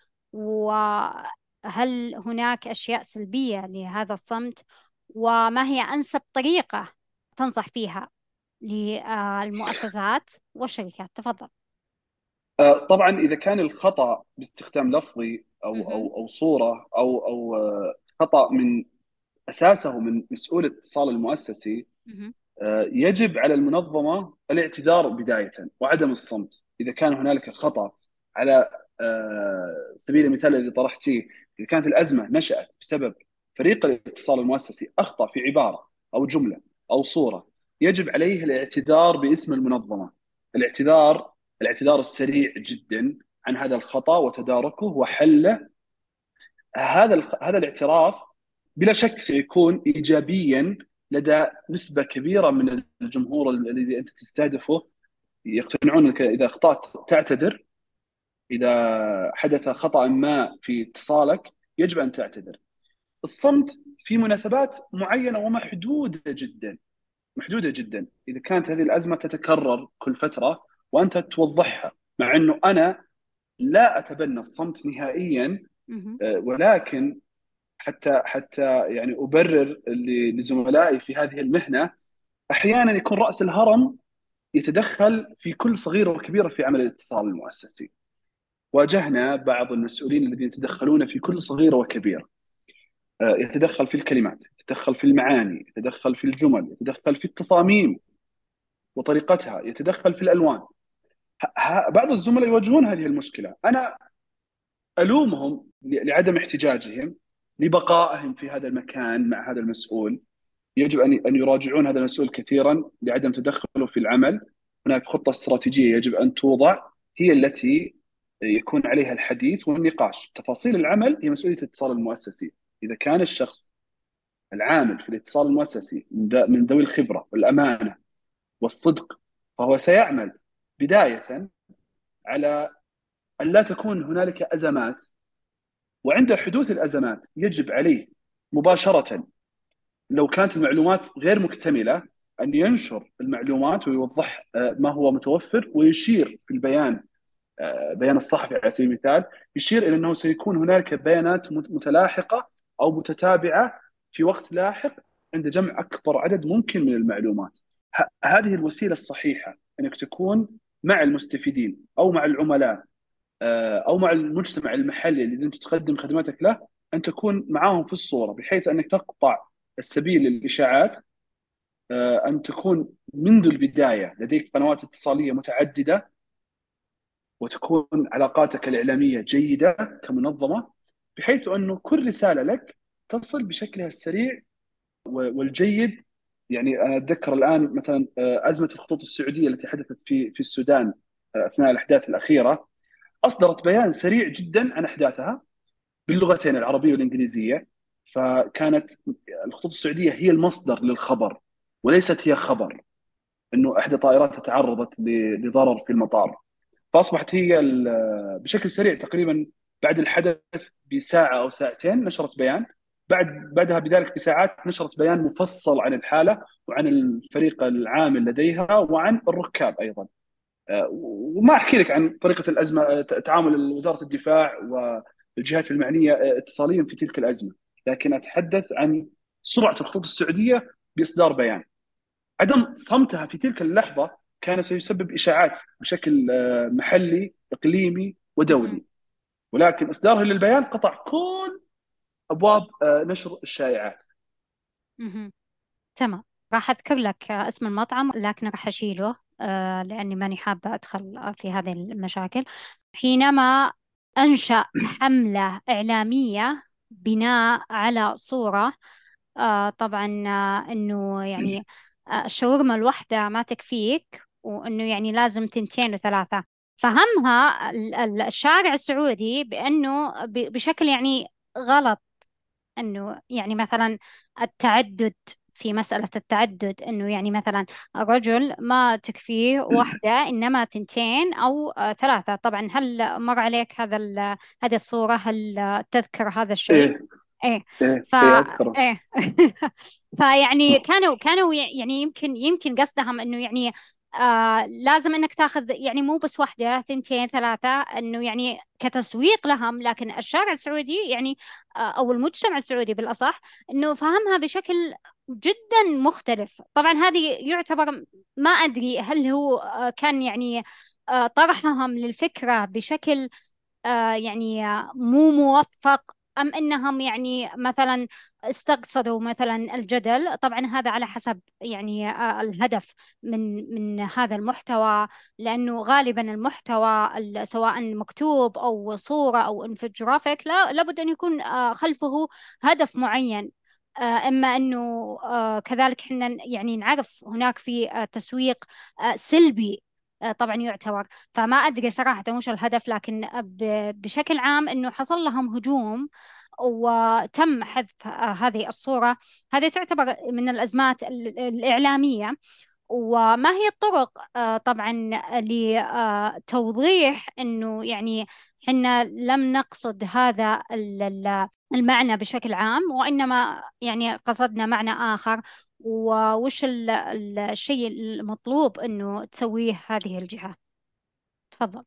وهل هناك أشياء سلبية لهذا الصمت؟ وما هي أنسب طريقة تنصح فيها للمؤسسات والشركات؟ تفضل. آه، طبعا اذا كان الخطا باستخدام لفظي او مهم. او او صوره او او آه، خطا من اساسه من مسؤول الاتصال المؤسسي، مهم. آه، يجب على المنظمه الاعتذار بدايه وعدم الصمت. اذا كان هنالك خطا على آه، سبيل المثال الذي طرحتيه، اذا كانت الازمه نشات بسبب فريق الاتصال المؤسسي اخطا في عباره او جمله او صوره، يجب عليه الاعتذار باسم المنظمه. الاعتذار الاعتذار السريع جدا عن هذا الخطا وتداركه وحله. هذا الخ- هذا الاعتراف بلا شك سيكون ايجابيا لدى نسبه كبيره من الجمهور الذي انت تستهدفه. يقتنعون انك اذا اخطات تعتذر، اذا حدث خطا ما في اتصالك يجب ان تعتذر. الصمت في مناسبات معينه ومحدوده جدا، محدوده جدا، اذا كانت هذه الازمه تتكرر كل فتره وانت توضحها، مع انه انا لا اتبنى الصمت نهائيا. مهم. آه، ولكن حتى حتى يعني ابرر ل- لزملائي في هذه المهنه، احيانا يكون راس الهرم يتدخل في كل صغيره وكبيره في عمل الاتصال المؤسسي. واجهنا بعض المسؤولين الذين يتدخلون في كل صغيره وكبيره. آه، يتدخل في الكلمات، يتدخل في المعاني، يتدخل في الجمل، يتدخل في التصاميم وطريقتها، يتدخل في الالوان. ه- ه- بعض الزملاء يواجهون هذه المشكله. انا الومهم ل- لعدم احتجاجهم، لبقائهم في هذا المكان مع هذا المسؤول. يجب ان ان يراجعون هذا المسؤول كثيرا لعدم تدخله في العمل. هناك خطه استراتيجيه يجب ان توضع، هي التي يكون عليها الحديث والنقاش. تفاصيل العمل هي مسؤوليه الاتصال المؤسسي. اذا كان الشخص العامل في الاتصال المؤسسي من ذا- من ذوي الخبره والامانه والصدق، فهو سيعمل بدايه على ان لا تكون هنالك ازمات. وعند حدوث الازمات يجب عليه مباشره، لو كانت المعلومات غير مكتمله، ان ينشر المعلومات ويوضح آه، ما هو متوفر، ويشير في البيان، آه، بيان الصحفي على سبيل المثال، يشير الى انه سيكون هنالك بيانات مت- متلاحقه او متتابعه في وقت لاحق عند جمع اكبر عدد ممكن من المعلومات. ه- هذه الوسيله الصحيحه، انك تكون مع المستفيدين او مع العملاء آه، او مع المجتمع المحلي الذي انت تقدم خدماتك له، ان تكون معاهم في الصوره بحيث انك تقطع السبيل للاشاعات. آه، ان تكون منذ البدايه لديك قنوات اتصاليه متعدده، وتكون علاقاتك الاعلاميه جيده كمنظمه، بحيث انه كل رساله لك تصل بشكلها السريع و- والجيد. يعني انا اتذكر الان مثلا آه، ازمه الخطوط السعوديه التي حدثت في في السودان آه، اثناء الاحداث الاخيره، اصدرت بيان سريع جدا عن احداثها باللغتين العربيه والانجليزيه. فكانت الخطوط السعوديه هي المصدر للخبر، وليست هي خبر انه احدى طائراتها تعرضت ل- لضرر في المطار. فاصبحت هي ال- بشكل سريع تقريبا بعد الحدث بساعه او ساعتين نشرت بيان، بعد بعدها بذلك بساعات نشرت بيان مفصل عن الحاله وعن الفريق العامل لديها وعن الركاب ايضا. آه، وما احكي لك عن طريقه الازمه، آه، تعامل وزاره الدفاع والجهات المعنيه آه، اتصاليا في تلك الازمه، لكن اتحدث عن سرعه الخطوط السعوديه باصدار بيان. عدم صمتها في تلك اللحظه كان سيسبب اشاعات بشكل آه، محلي اقليمي مهم. ودولي، ولكن اصدارها للبيان قطع كل ابواب آه، نشر الشائعات. مهم. تمام. راح أذكر لك اسم المطعم لكن راح أشيله آه، لأني ماني حابة أدخل في هذه المشاكل. حينما أنشأ حملة إعلامية بناء على صورة، آه، طبعا آه، إنه يعني آه، الشاورما الواحدة ما تكفيك، وإنه يعني لازم تنتين وثلاثة. فهمها ال- ال- الشارع السعودي بأنه ب- بشكل يعني غلط، انه يعني مثلا التعدد، في مسألة التعدد انه يعني مثلا الرجل ما تكفيه واحدة انما ثنتين او آه، ثلاثة. طبعا هل مر عليك هذا ال- هذه الصورة؟ هل آه، تذكر هذا الشيء؟ ايه ايه. ايه ف ايه اذكره. ايه فيعني كانوا كانوا يعني يمكن يمكن قصدهم انه يعني آه لازم انك تاخذ يعني مو بس واحده، ثنتين، ثلاثه، انه يعني كتسويق لهم. لكن الشارع السعودي يعني آه او المجتمع السعودي بالاصح انه فهمها بشكل جدا مختلف. طبعا هذه يعتبر، ما ادري هل هو آه كان يعني آه طرحهم للفكره بشكل آه، يعني آه، مو موفق، أم أنهم يعني مثلا استقصدوا مثلا الجدل. طبعا هذا على حسب يعني آه، الهدف من من هذا المحتوى. لأنه غالبا المحتوى ال- سواء مكتوب أو صورة أو انفوجرافيك لا لابد أن يكون آه، خلفه هدف معين. آه، إما أنه آه، كذلك حنا يعني نعرف هناك في آه، تسويق آه، سلبي آه، طبعا يعتبر. فما أدري صراحة وش الهدف، لكن ب- بشكل عام إنه حصل لهم هجوم وتم حذف آه، هذه الصورة. هذه تعتبر من الأزمات ال- الإعلامية. وما هي الطرق آه، طبعا لتوضيح إنه يعني حنا لم نقصد هذا ال- ال- المعنى بشكل عام، وإنما يعني قصدنا معنى آخر. ووش ال- ال- الشيء المطلوب إنه تسويه هذه الجهة؟ تفضل.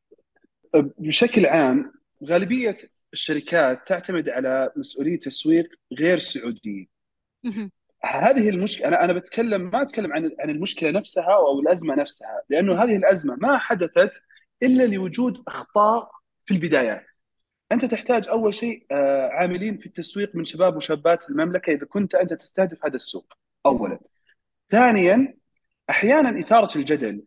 بشكل عام غالبيه الشركات تعتمد على مسؤوليه تسويق غير سعوديين. مهم. هذه المشكله، انا انا بتكلم، ما اتكلم عن عن المشكله نفسها او الازمه نفسها، لانه هذه الازمه ما حدثت الا لوجود اخطاء في البدايات. انت تحتاج اول شيء آه، عاملين في التسويق من شباب وشابات المملكه اذا كنت انت تستهدف هذا السوق مهم. اولا. ثانيا، احيانا اثاره الجدل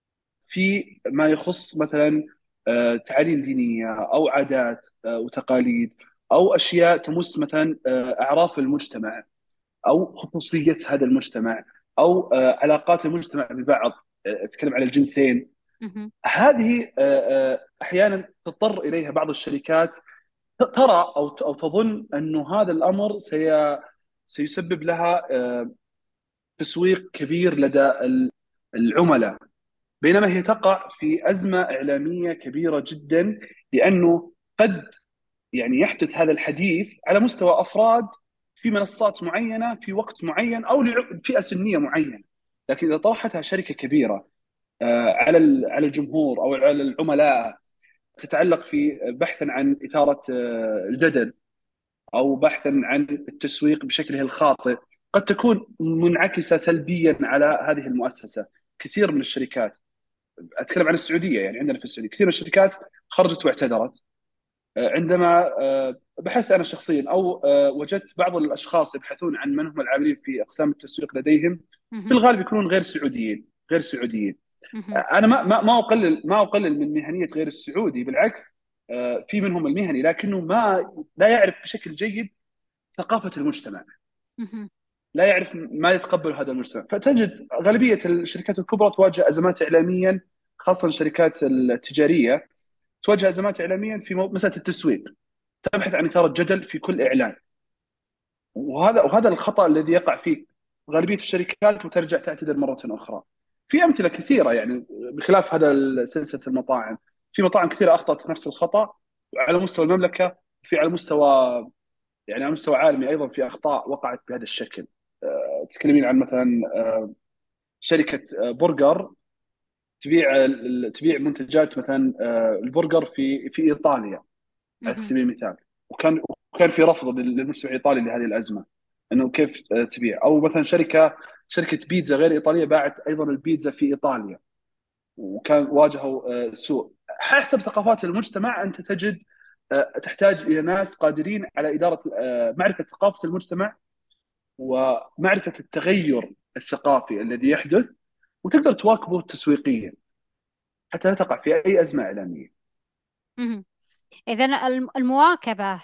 في ما يخص مثلا آه، تعاليم دينيه او عادات آه، وتقاليد، او اشياء تمس مثلا آه، اعراف المجتمع او خصوصيه هذا المجتمع، او آه، علاقات المجتمع ببعض، آه، اتكلم على الجنسين. مهم. هذه آه، آه، احيانا تضطر اليها بعض الشركات، ترى او او تظن انه هذا الامر سي سيسبب لها آه، تسويق كبير لدى ال- العملاء، بينما هي تقع في ازمه اعلاميه كبيره جدا. لانه قد يعني يحدث هذا الحديث على مستوى افراد في منصات معينه في وقت معين او لفئه سنيه معينه، لكن اذا طرحتها شركه كبيره آه، على ال- على الجمهور او على العملاء، تتعلق في بحثا عن اثاره آه، الجدل او بحثا عن التسويق بشكله الخاطئ، قد تكون منعكسه سلبيا على هذه المؤسسه. كثير من الشركات، اتكلم عن السعوديه، يعني عندنا في السعوديه كثير من الشركات خرجت واعتذرت. آه، عندما آه، بحثت انا شخصيا او آه، وجدت بعض الاشخاص يبحثون عن من هم العاملين في اقسام التسويق لديهم، في مهم. الغالب يكونون غير سعوديين غير سعوديين. مهم. آه، انا ما ما ما اقلل ما اقلل من مهنيه غير السعودي، بالعكس. آه، في منهم المهني لكنه ما لا يعرف بشكل جيد ثقافه المجتمع، مهم. لا يعرف ما يتقبل هذا المجتمع. فتجد غالبيه الشركات الكبرى تواجه ازمات اعلاميا، خاصه الشركات التجاريه تواجه ازمات اعلاميا في مو- مساله التسويق، تبحث عن اثاره جدل في كل اعلان. وهذا وهذا الخطا الذي يقع فيه غالبيه الشركات وترجع تعتذر مره اخرى. في امثله كثيره، يعني بخلاف هذا سلسله المطاعم، في مطاعم كثيره اخطات نفس الخطا على مستوى المملكه، في على مستوى يعني على مستوى عالمي ايضا في اخطاء وقعت بهذا الشكل. أه، تتكلمين عن مثلا أه، شركه أه، برجر تبيع تبيع منتجات مثلا أه، البرجر في في ايطاليا على مهم. سبيل المثال، وكان وكان في رفض للمجتمع الايطالي لهذه الازمه، انه كيف تبيع. او مثلا شركه شركه بيتزا غير ايطاليه باعت ايضا البيتزا في ايطاليا، وكان واجهوا آه، سوء. حسب ثقافات المجتمع انت تجد آه، تحتاج الى ناس قادرين على اداره آه، معرفه ثقافه المجتمع ومعرفه التغير الثقافي الذي يحدث، وتقدر تواكبه تسويقيا حتى لا تقع في اي ازمه اعلاميه. مهم. إذا المواكبة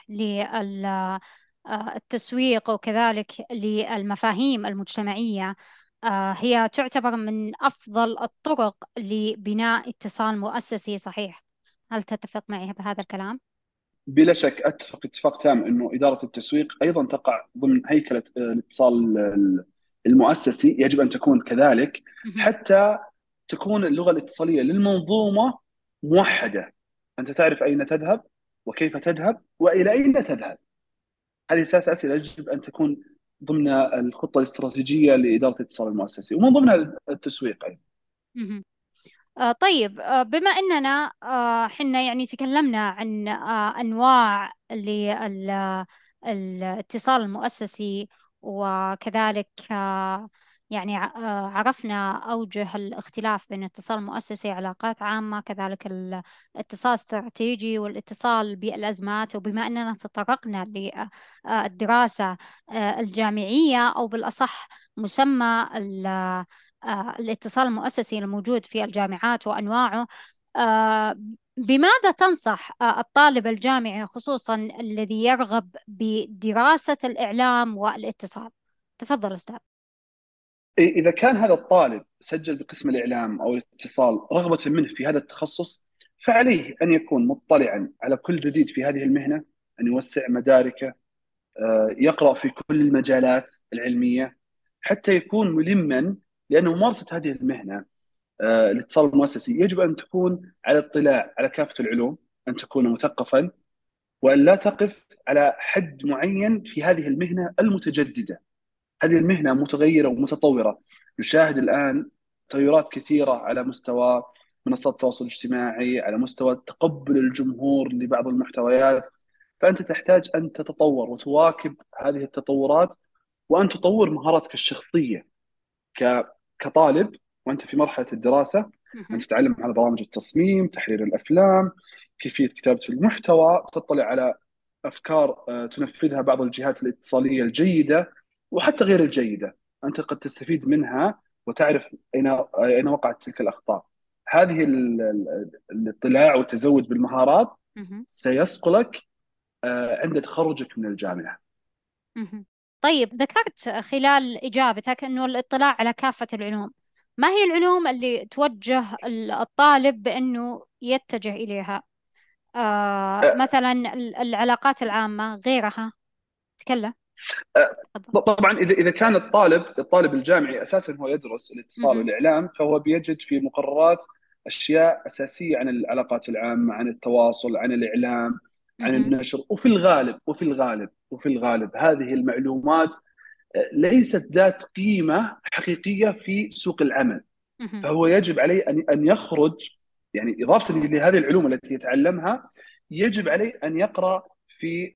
للتسويق وكذلك للمفاهيم المجتمعية آه، هي تعتبر من أفضل الطرق لبناء اتصال مؤسسي صحيح. هل تتفق معي بهذا الكلام؟ بلا شك اتفق اتفاق تام انه اداره التسويق ايضا تقع ضمن هيكله آه، الاتصال ال- المؤسسي، يجب ان تكون كذلك مهم. حتى تكون اللغه الاتصاليه للمنظومه موحده. انت تعرف اين تذهب وكيف تذهب والى اين تذهب. هذه ثلاث اسئله يجب ان تكون ضمن الخطه الاستراتيجيه لاداره الاتصال المؤسسي، ومن ضمنها التسويق ايضا. مهم. آه طيب، آه بما أننا آه حنا يعني تكلمنا عن آه أنواع للاتصال المؤسسي، وكذلك آه يعني ع- آه عرفنا أوجه الاختلاف بين الاتصال المؤسسي، علاقات عامة، كذلك الاتصال الاستراتيجي والاتصال بالأزمات. وبما أننا تطرقنا للدراسة الجامعية، أو بالأصح مسمى آه، الاتصال المؤسسي الموجود في الجامعات وأنواعه، آه، بماذا تنصح آه، الطالب الجامعي خصوصا الذي يرغب بدراسة الإعلام والاتصال؟ تفضل أستاذ. إذا كان هذا الطالب سجل بقسم الإعلام أو الاتصال رغبة منه في هذا التخصص، فعليه أن يكون مطلعا على كل جديد في هذه المهنة، أن يوسع مداركه، آه، يقرأ في كل المجالات العلمية حتى يكون ملما. لأن ممارسة هذه المهنة، آه، الاتصال المؤسسي، يجب أن تكون على اطلاع على كافة العلوم، أن تكون مثقفا، وأن لا تقف على حد معين في هذه المهنة المتجددة. هذه المهنة متغيرة ومتطورة. نشاهد الآن تغيرات كثيرة على مستوى منصات التواصل الاجتماعي، على مستوى تقبل الجمهور لبعض المحتويات. فأنت تحتاج أن تتطور وتواكب هذه التطورات، وأن تطور مهاراتك الشخصية ك... كطالب وأنت في مرحلة الدراسة. أن مهم. تتعلم على برامج التصميم، تحرير الأفلام، كيفية كتابة المحتوى، تطلع على افكار آه، تنفذها بعض الجهات الاتصاليه الجيده وحتى غير الجيده. انت قد تستفيد منها وتعرف اين اين وقعت تلك الاخطاء. هذه ال- ال- الاطلاع والتزود بالمهارات مهم. سيصقلك آه، عند تخرجك من الجامعه. مهم. طيب، ذكرت خلال إجابتك أنه الاطلاع على كافة العلوم. ما هي العلوم اللي توجه الطالب بأنه يتجه إليها؟ آه آه، مثلا ال- العلاقات العامة، غيرها. تكلم. تفضل. طبعا اذا اذا كان الطالب الطالب الجامعي اساسا هو يدرس الاتصال مهم. والاعلام، فهو بيجد في مقررات اشياء اساسيه عن العلاقات العامه، عن التواصل، عن الاعلام، عن مهم. النشر. وفي الغالب وفي الغالب وفي الغالب هذه المعلومات آه، ليست ذات قيمه حقيقيه في سوق العمل. مهم. فهو يجب عليه ان ان يخرج، يعني اضافه لهذه العلوم التي يتعلمها، يجب عليه ان يقرا في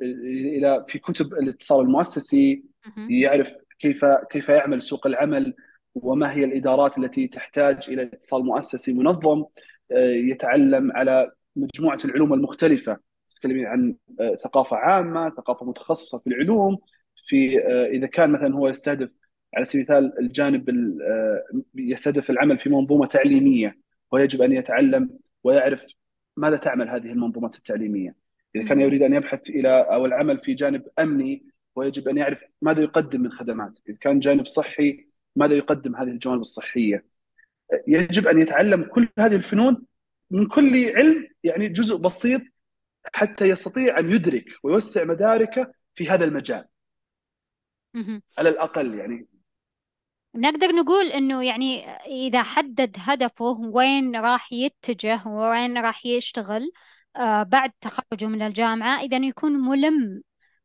الى في كتب الاتصال المؤسسي، مهم. يعرف كيف كيف يعمل سوق العمل، وما هي الادارات التي تحتاج الى اتصال مؤسسي منظم. آه، يتعلم على مجموعه العلوم المختلفه، تتكلمين عن آه، ثقافه عامه، ثقافه متخصصه في العلوم، في آه، اذا كان مثلا هو يستهدف على سبيل المثال الجانب ال- آه، يستهدف العمل في منظومه تعليميه، ويجب ان يتعلم ويعرف ماذا تعمل هذه المنظومات التعليميه. اذا كان مهم. يريد ان يبحث الى او العمل في جانب امني، ويجب ان يعرف ماذا يقدم من خدمات. اذا كان جانب صحي، ماذا يقدم هذه الجوانب الصحيه. يجب ان يتعلم كل هذه الفنون من كل علم، يعني جزء بسيط، حتى يستطيع ان يدرك ويوسع مداركه في هذا المجال مهم. على الاقل يعني. نقدر نقول إنه يعني إذا حدد هدفه وين راح يتجه وين راح يشتغل آه بعد تخرجه من الجامعة، إذا يكون ملم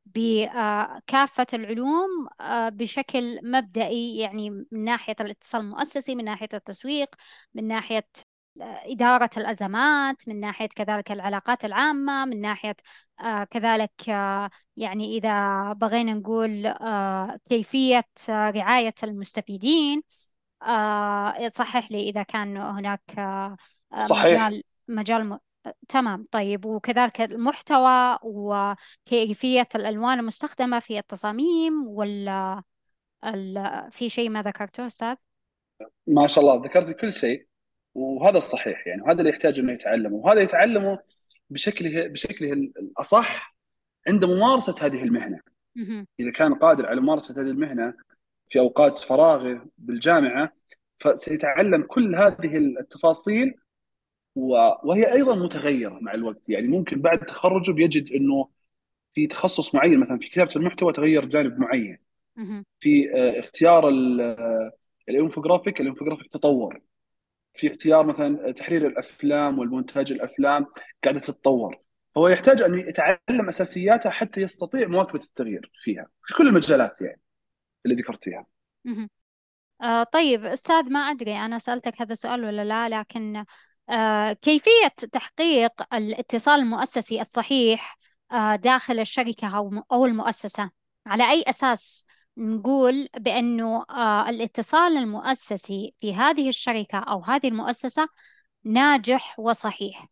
بكافة العلوم آه بشكل مبدئي، يعني من ناحية الاتصال المؤسسي، من ناحية التسويق، من ناحية آه، إدارة الأزمات، من ناحية كذلك العلاقات العامة، من ناحية آه كذلك آه يعني إذا بغينا نقول آه كيفية آه رعاية المستفيدين. آه صحح لي إذا كان هناك آه آه، صحيح. مجال مجال م... تمام. طيب، وكذلك المحتوى وكيفية الألوان المستخدمة في التصاميم وال... ال- في شيء ما ذكرته أستاذ؟ ما شاء الله ذكرت كل شيء، وهذا الصحيح يعني، وهذا اللي يحتاج انه يتعلمه، وهذا يتعلمه بشكله بشكله الاصح عند ممارسه هذه المهنه. مهم. اذا كان قادر على ممارسه هذه المهنه في اوقات فراغه بالجامعه، فسيتعلم كل هذه التفاصيل، و- وهي ايضا متغيره مع الوقت. يعني ممكن بعد تخرجه بيجد انه في تخصص معين، مثلا في كتابه المحتوى تغير جانب معين، مهم. في آه، اختيار ال- آه، الانفوجرافيك الانفوجرافيك تطور، في اختيار مثلا تحرير الافلام والمونتاج الافلام قاعده تتطور. فهو يحتاج ان يتعلم اساسياتها حتى يستطيع مواكبه التغيير فيها في كل المجالات يعني اللي ذكرتيها. مهم. آه طيب أستاذ، ما أدري أنا سألتك هذا السؤال ولا لا، لكن آه كيفية تحقيق الاتصال المؤسسي الصحيح آه داخل الشركة أو أو المؤسسة؟ على أي أساس نقول بأنه آه الاتصال المؤسسي في هذه الشركة أو هذه المؤسسة ناجح وصحيح؟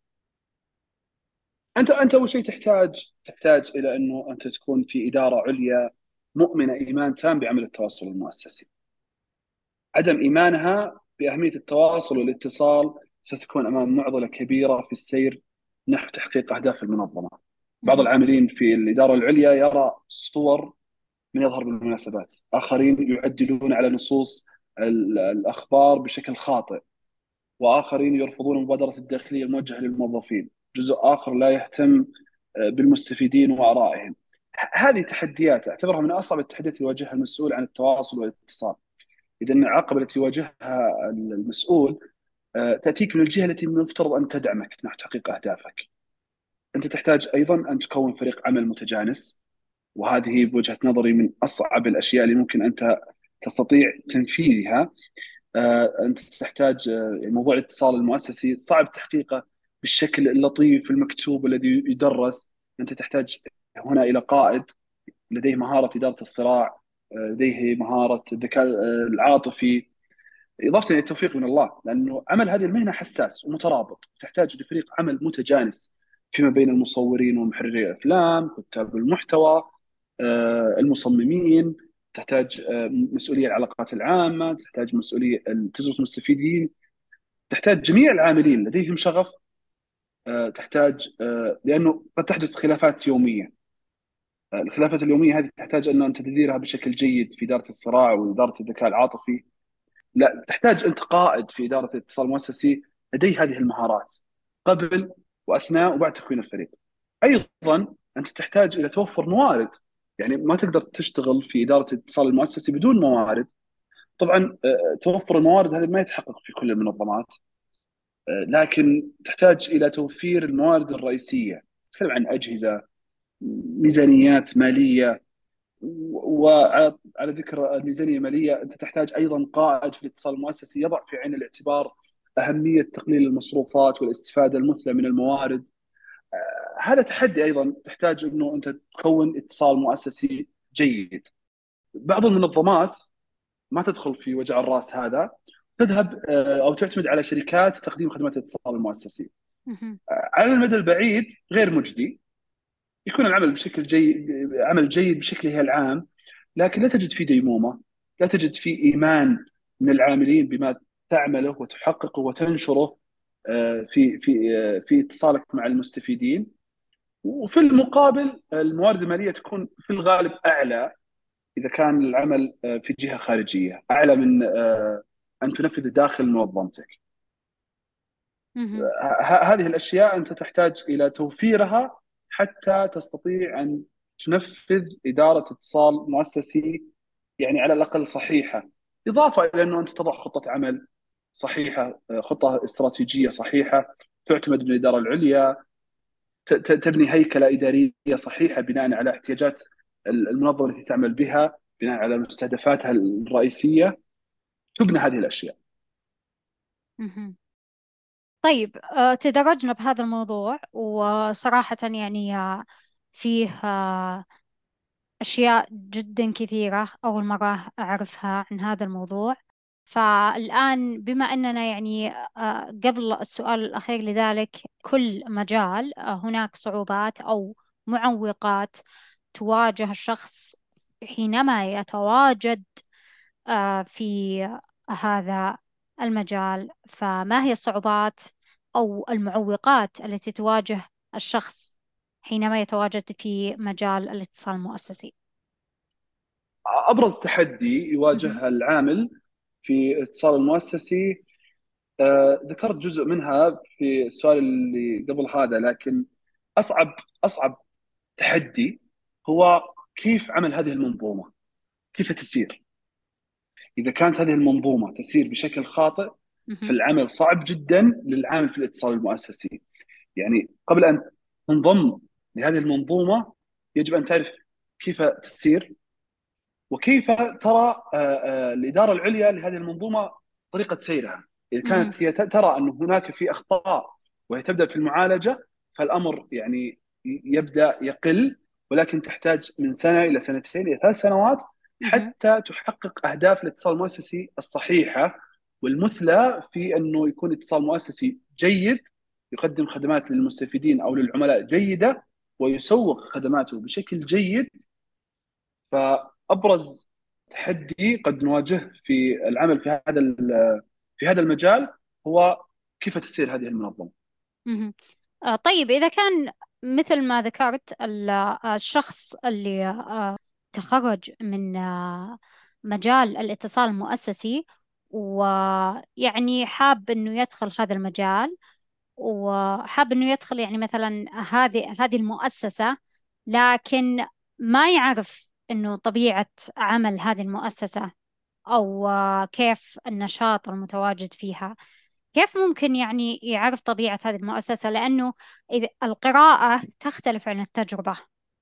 انت انت اول شيء تحتاج تحتاج الى انه انت تكون في اداره عليا مؤمنه ايمان تام بعمل التواصل المؤسسي. عدم ايمانها باهميه التواصل والاتصال ستكون امام معضله كبيره في السير نحو تحقيق اهداف المنظمه. بعض مهم. العاملين في الاداره العليا يرى صور من يظهر بالمناسبات، آخرين يعدلون على نصوص ال- الأخبار بشكل خاطئ، وآخرين يرفضون المبادرة الداخلية الموجهة للموظفين، جزء آخر لا يهتم آه، بالمستفيدين وآرائهم. ه- هذه تحديات أعتبرها من أصعب التحديات اللي يواجهها المسؤول عن التواصل والاتصال. إذا العقبة التي يواجهها المسؤول آه، تأتيك من الجهة التي من المفترض أن تدعمك نحو تحقيق أهدافك. أنت تحتاج أيضا أن تكون فريق عمل متجانس، وهذه بوجهة نظري من أصعب الأشياء اللي ممكن أنت تستطيع تنفيذها. آه، أنت تحتاج آه، موضوع الاتصال المؤسسي صعب تحقيقه بالشكل اللطيف المكتوب الذي يدرس. أنت تحتاج هنا إلى قائد لديه مهارة إدارة الصراع، آه، لديه مهارة الذكاء آه، العاطفي، إضافة إلى التوفيق من الله، لأنه عمل هذه المهنة حساس ومترابط، تحتاج لفريق عمل متجانس فيما بين المصورين ومحرري الأفلام، كتاب المحتوى، آه، المصممين. تحتاج آه، مسؤولية العلاقات العامة، تحتاج مسؤولية تجربة المستفيدين، تحتاج جميع العاملين لديهم شغف. آه، تحتاج آه، لأنه قد تحدث خلافات يومية. آه، الخلافات اليومية هذه تحتاج أن أنت تديرها بشكل جيد في إدارة الصراع وإدارة الذكاء العاطفي. لا، تحتاج انت قائد في اداره الاتصال المؤسسي لديه هذه المهارات قبل واثناء وبعد تكوين الفريق. ايضا انت تحتاج الى توفر موارد، يعني ما تقدر تشتغل في اداره الاتصال المؤسسي بدون موارد. طبعا آه، توفر الموارد هذا ما يتحقق في كل المنظمات، آه، لكن تحتاج الى توفير الموارد الرئيسيه. تتكلم عن اجهزه، ميزانيات ماليه. وعلى على ذكر الميزانيه الماليه، انت تحتاج ايضا قائد في الاتصال المؤسسي يضع في عين الاعتبار اهميه تقليل المصروفات والاستفاده المثلى من الموارد. هذا تحدي ايضا، تحتاج انه انت تكون اتصال مؤسسي جيد. بعض المنظمات ما تدخل في وجع الراس هذا، تذهب آه، او تعتمد على شركات تقديم خدمات الاتصال المؤسسي. مهم. على المدى البعيد غير مجدي، يكون العمل بشكل جيد، عمل جيد بشكله العام، لكن لا تجد فيه ديمومة، لا تجد فيه إيمان من العاملين بما تعمله وتحققه وتنشره آه، في في آه، في اتصالك مع المستفيدين. وفي المقابل الموارد المالية تكون في الغالب أعلى إذا كان العمل آه، في جهة خارجية، أعلى من آه، أن تنفذ داخل منظمتك. مهم. ه- هذه الاشياء انت تحتاج الى توفيرها حتى تستطيع ان تنفذ اداره اتصال مؤسسي يعني على الاقل صحيحه. اضافه الى انه انت تضع خطه عمل صحيحه، خطه استراتيجيه صحيحه تعتمد من الاداره العليا، ت- ت- تبني هيكله اداريه صحيحه بناء على احتياجات المنظمه التي تعمل بها، بناء على مستهدفاتها الرئيسيه. تبنى هذه الاشياء. مهم. طيب آه، تدرجنا بهذا الموضوع، وصراحة يعني آه، فيه آه، أشياء جدا كثيرة أول مرة أعرفها عن هذا الموضوع. فالآن بما أننا يعني آه، قبل السؤال الأخير لذلك، كل مجال آه، هناك صعوبات أو معوقات تواجه الشخص حينما يتواجد آه، في هذا المجال، فما هي الصعوبات أو المعوقات التي تواجه الشخص حينما يتواجد في مجال الاتصال المؤسسي؟ ابرز تحدي مهم. يواجه العامل في الاتصال المؤسسي، آه، ذكرت جزء منها في السؤال اللي قبل هذا، لكن اصعب اصعب تحدي هو كيف عمل هذه المنظومه، كيف تسير. اذا كانت هذه المنظومه تسير بشكل خاطئ، مهم. فالعمل صعب جدا للعامل في الاتصال المؤسسي. يعني قبل ان تنضم لهذه المنظومه يجب ان تعرف كيف تسير، وكيف ترى آه، آه، الإدارة العليا لهذه المنظومة طريقة سيرها. إذا مهم. كانت هي ت- ترى أن هناك في أخطاء وهي تبدأ في المعالجة، فالأمر يعني ي- يبدأ يقل، ولكن تحتاج من سنة إلى سنتين إلى ثلاث سنوات مهم. حتى تحقق أهداف الاتصال المؤسسي الصحيحة والمثلى، في أنه يكون اتصال مؤسسي جيد، يقدم خدمات للمستفيدين أو للعملاء جيدة، ويسوق خدماته بشكل جيد. فابرز تحدي قد نواجهه في العمل في هذا ال- في هذا المجال هو كيف تسير هذه المنظمه. مهم. آه، طيب، إذا كان مثل ما ذكرت ال- آه، الشخص اللي آه، تخرج من آه، مجال الاتصال المؤسسي، ويعني حاب إنه يدخل هذا المجال، وحاب إنه يدخل يعني مثلا هذه هذه المؤسسة، لكن ما يعرف إنه طبيعة عمل هذه المؤسسة، أو آه، كيف النشاط المتواجد فيها. كيف ممكن يعني يعرف طبيعة هذه المؤسسة؟ لأنه إذا القراءة تختلف عن التجربة،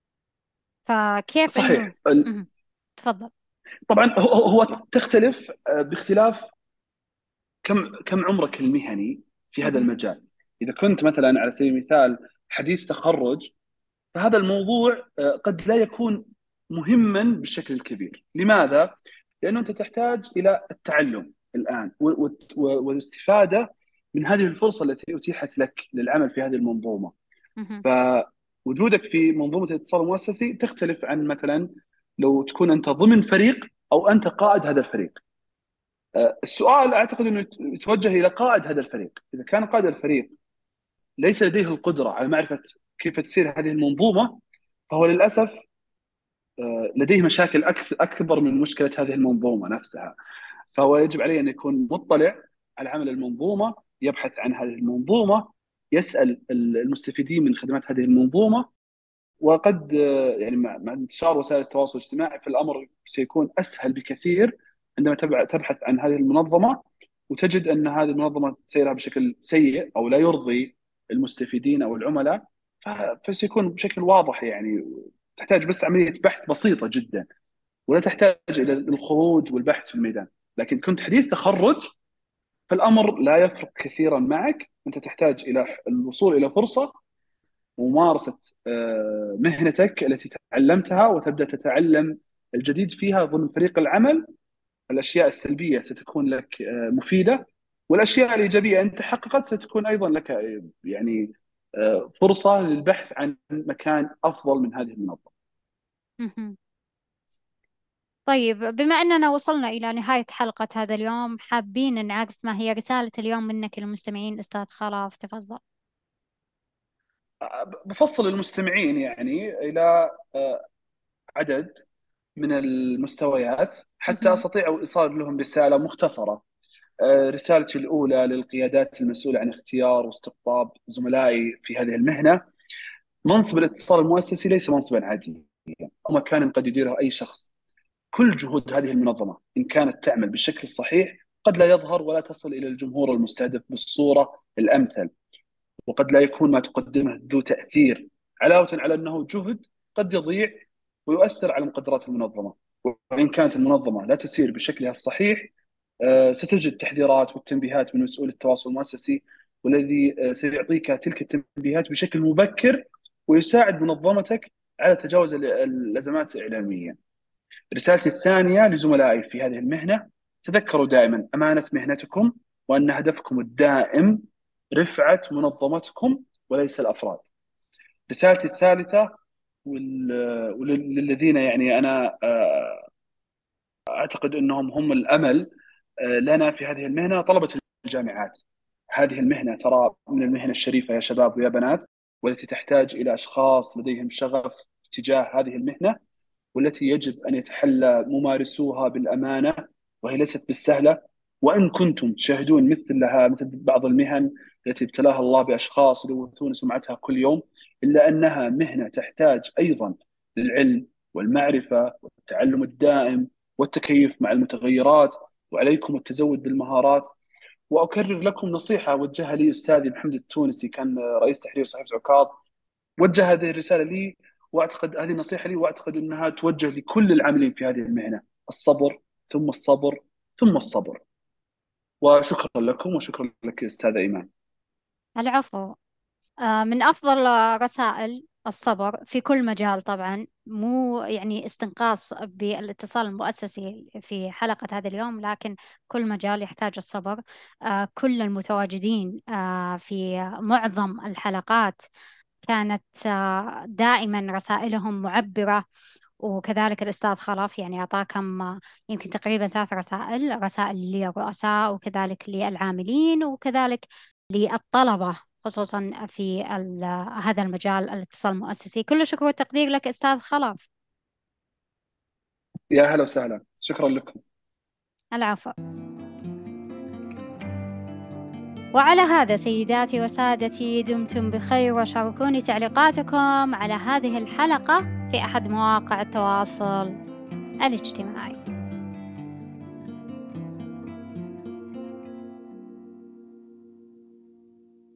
فكيف إنه... صحيح. ال- مهم. تفضل. طبعا هو هو تختلف آه، باختلاف كم كم عمرك المهني في هذا مهم. المجال. اذا كنت مثلا على سبيل المثال حديث تخرج، فهذا الموضوع آه، قد لا يكون مهما بالشكل الكبير. لماذا؟ لأنه أنت تحتاج إلى التعلم الآن و- و- والاستفادة من هذه الفرصة التي أتيحت لك للعمل في هذه المنظومة. مهم. فوجودك في منظومة الاتصال المؤسسي تختلف عن مثلا لو تكون أنت ضمن فريق أو أنت قائد هذا الفريق. آه، السؤال أعتقد أنه يتوجه إلى قائد هذا الفريق. إذا كان قائد الفريق ليس لديه القدرة على معرفة كيف تسير هذه المنظومة، فهو للأسف آه، لديه مشاكل أكثر أكبر من مشكلة هذه المنظومة نفسها. فهو يجب عليه أن يكون مطلع على عمل المنظومة، يبحث عن هذه المنظومة، يسأل المستفيدين من خدمات هذه المنظومة. وقد آه، يعني مع مع انتشار وسائل التواصل الاجتماعي، فالأمر سيكون أسهل بكثير عندما تبع- تبحث عن هذه المنظمة وتجد أن هذه المنظمة سيرها بشكل سيء أو لا يرضي المستفيدين أو العملاء. ف- فسيكون بشكل واضح، يعني تحتاج بس عملية بحث بسيطة جدا، ولا تحتاج إلى الخروج والبحث في الميدان. لكن كنت حديث تخرج، فالأمر لا يفرق كثيرا معك. أنت تحتاج إلى الوصول إلى فرصة وممارسة آه، مهنتك التي تعلمتها، وتبدأ تتعلم الجديد فيها ضمن فريق العمل. الأشياء السلبية ستكون لك آه، مفيدة، والأشياء الإيجابية أن تحققت ستكون أيضا لك آه، يعني آه، فرصة للبحث عن مكان أفضل من هذه المنظمة. مهم. طيب، بما أننا وصلنا إلى نهاية حلقة هذا اليوم، حابين نعرف ما هي رسالة اليوم منك للمستمعين، أستاذ خلاف، تفضل. بفصل المستمعين يعني إلى آه، عدد من المستويات حتى مهم. أستطيع إيصال لهم رسالة مختصرة. آه، رسالتي الأولى للقيادات المسؤولة عن اختيار واستقطاب زملائي في هذه المهنة: منصب الاتصال المؤسسي ليس منصبا عاديا أو مكانا قد يديره أي شخص. كل جهود هذه المنظمة إن كانت تعمل بالشكل الصحيح قد لا يظهر ولا تصل إلى الجمهور المستهدف بالصورة الأمثل، وقد لا يكون ما تقدمه ذو تأثير، علاوة على أنه جهد قد يضيع ويؤثر على مقدرات المنظمة. وإن كانت المنظمة لا تسير بشكلها الصحيح، آه، ستجد التحذيرات والتنبيهات من مسؤول التواصل المؤسسي، والذي آه، سيعطيك تلك التنبيهات بشكل مبكر ويساعد منظمتك على تجاوز ال- الأزمات الإعلامية. رسالتي الثانية لزملائي في هذه المهنة: تذكروا دائما أمانة مهنتكم، وأن هدفكم الدائم رفعة منظمتكم وليس الأفراد. رسالتي الثالثة وال- وللذين يعني أنا آه، أعتقد أنهم هم الأمل آه، لنا في هذه المهنة، طلبة الجامعات. هذه المهنة ترى من المهن الشريفة يا شباب ويا بنات، والتي تحتاج إلى أشخاص لديهم شغف تجاه هذه المهنة، والتي يجب أن يتحلى ممارسوها بالأمانة، وهي ليست بالسهلة. وإن كنتم تشاهدون مثل لها مثل بعض المهن التي ابتلاها الله بأشخاص يلوثون سمعتها كل يوم، إلا أنها مهنة تحتاج أيضا للعلم والمعرفة والتعلم الدائم والتكيف مع المتغيرات، وعليكم التزود بالمهارات. وأكرر لكم نصيحة وجهها لي أستاذي محمد التونسي، كان رئيس تحرير صحيفة عكاظ، وجه هذه الرسالة لي، واعتقد هذه النصيحة لي، واعتقد انها توجه لكل العاملين في هذه المهنة: الصبر ثم الصبر ثم الصبر. وشكرا لكم، وشكرا لك استاذ ايمان. العفو. آه، من أفضل رسائل الصبر في كل مجال طبعا، مو يعني استنقاص بالاتصال المؤسسي في حلقة هذا اليوم، لكن كل مجال يحتاج الصبر. آه، كل المتواجدين آه، في معظم الحلقات كانت آه، دائما رسائلهم معبرة، وكذلك الأستاذ خلف يعني أعطاه كم آه، يمكن تقريبا ثلاث رسائل، رسائل للرؤساء وكذلك للعاملين وكذلك للطلبة، خصوصا في ال- هذا المجال الاتصال المؤسسي. كل شكر والتقدير لك أستاذ خلف. يا هلا وسهلا، شكرا لكم. العفو. وعلى هذا سيداتي وسادتي، دمتم بخير، وشاركوني تعليقاتكم على هذه الحلقة في أحد مواقع التواصل الاجتماعي.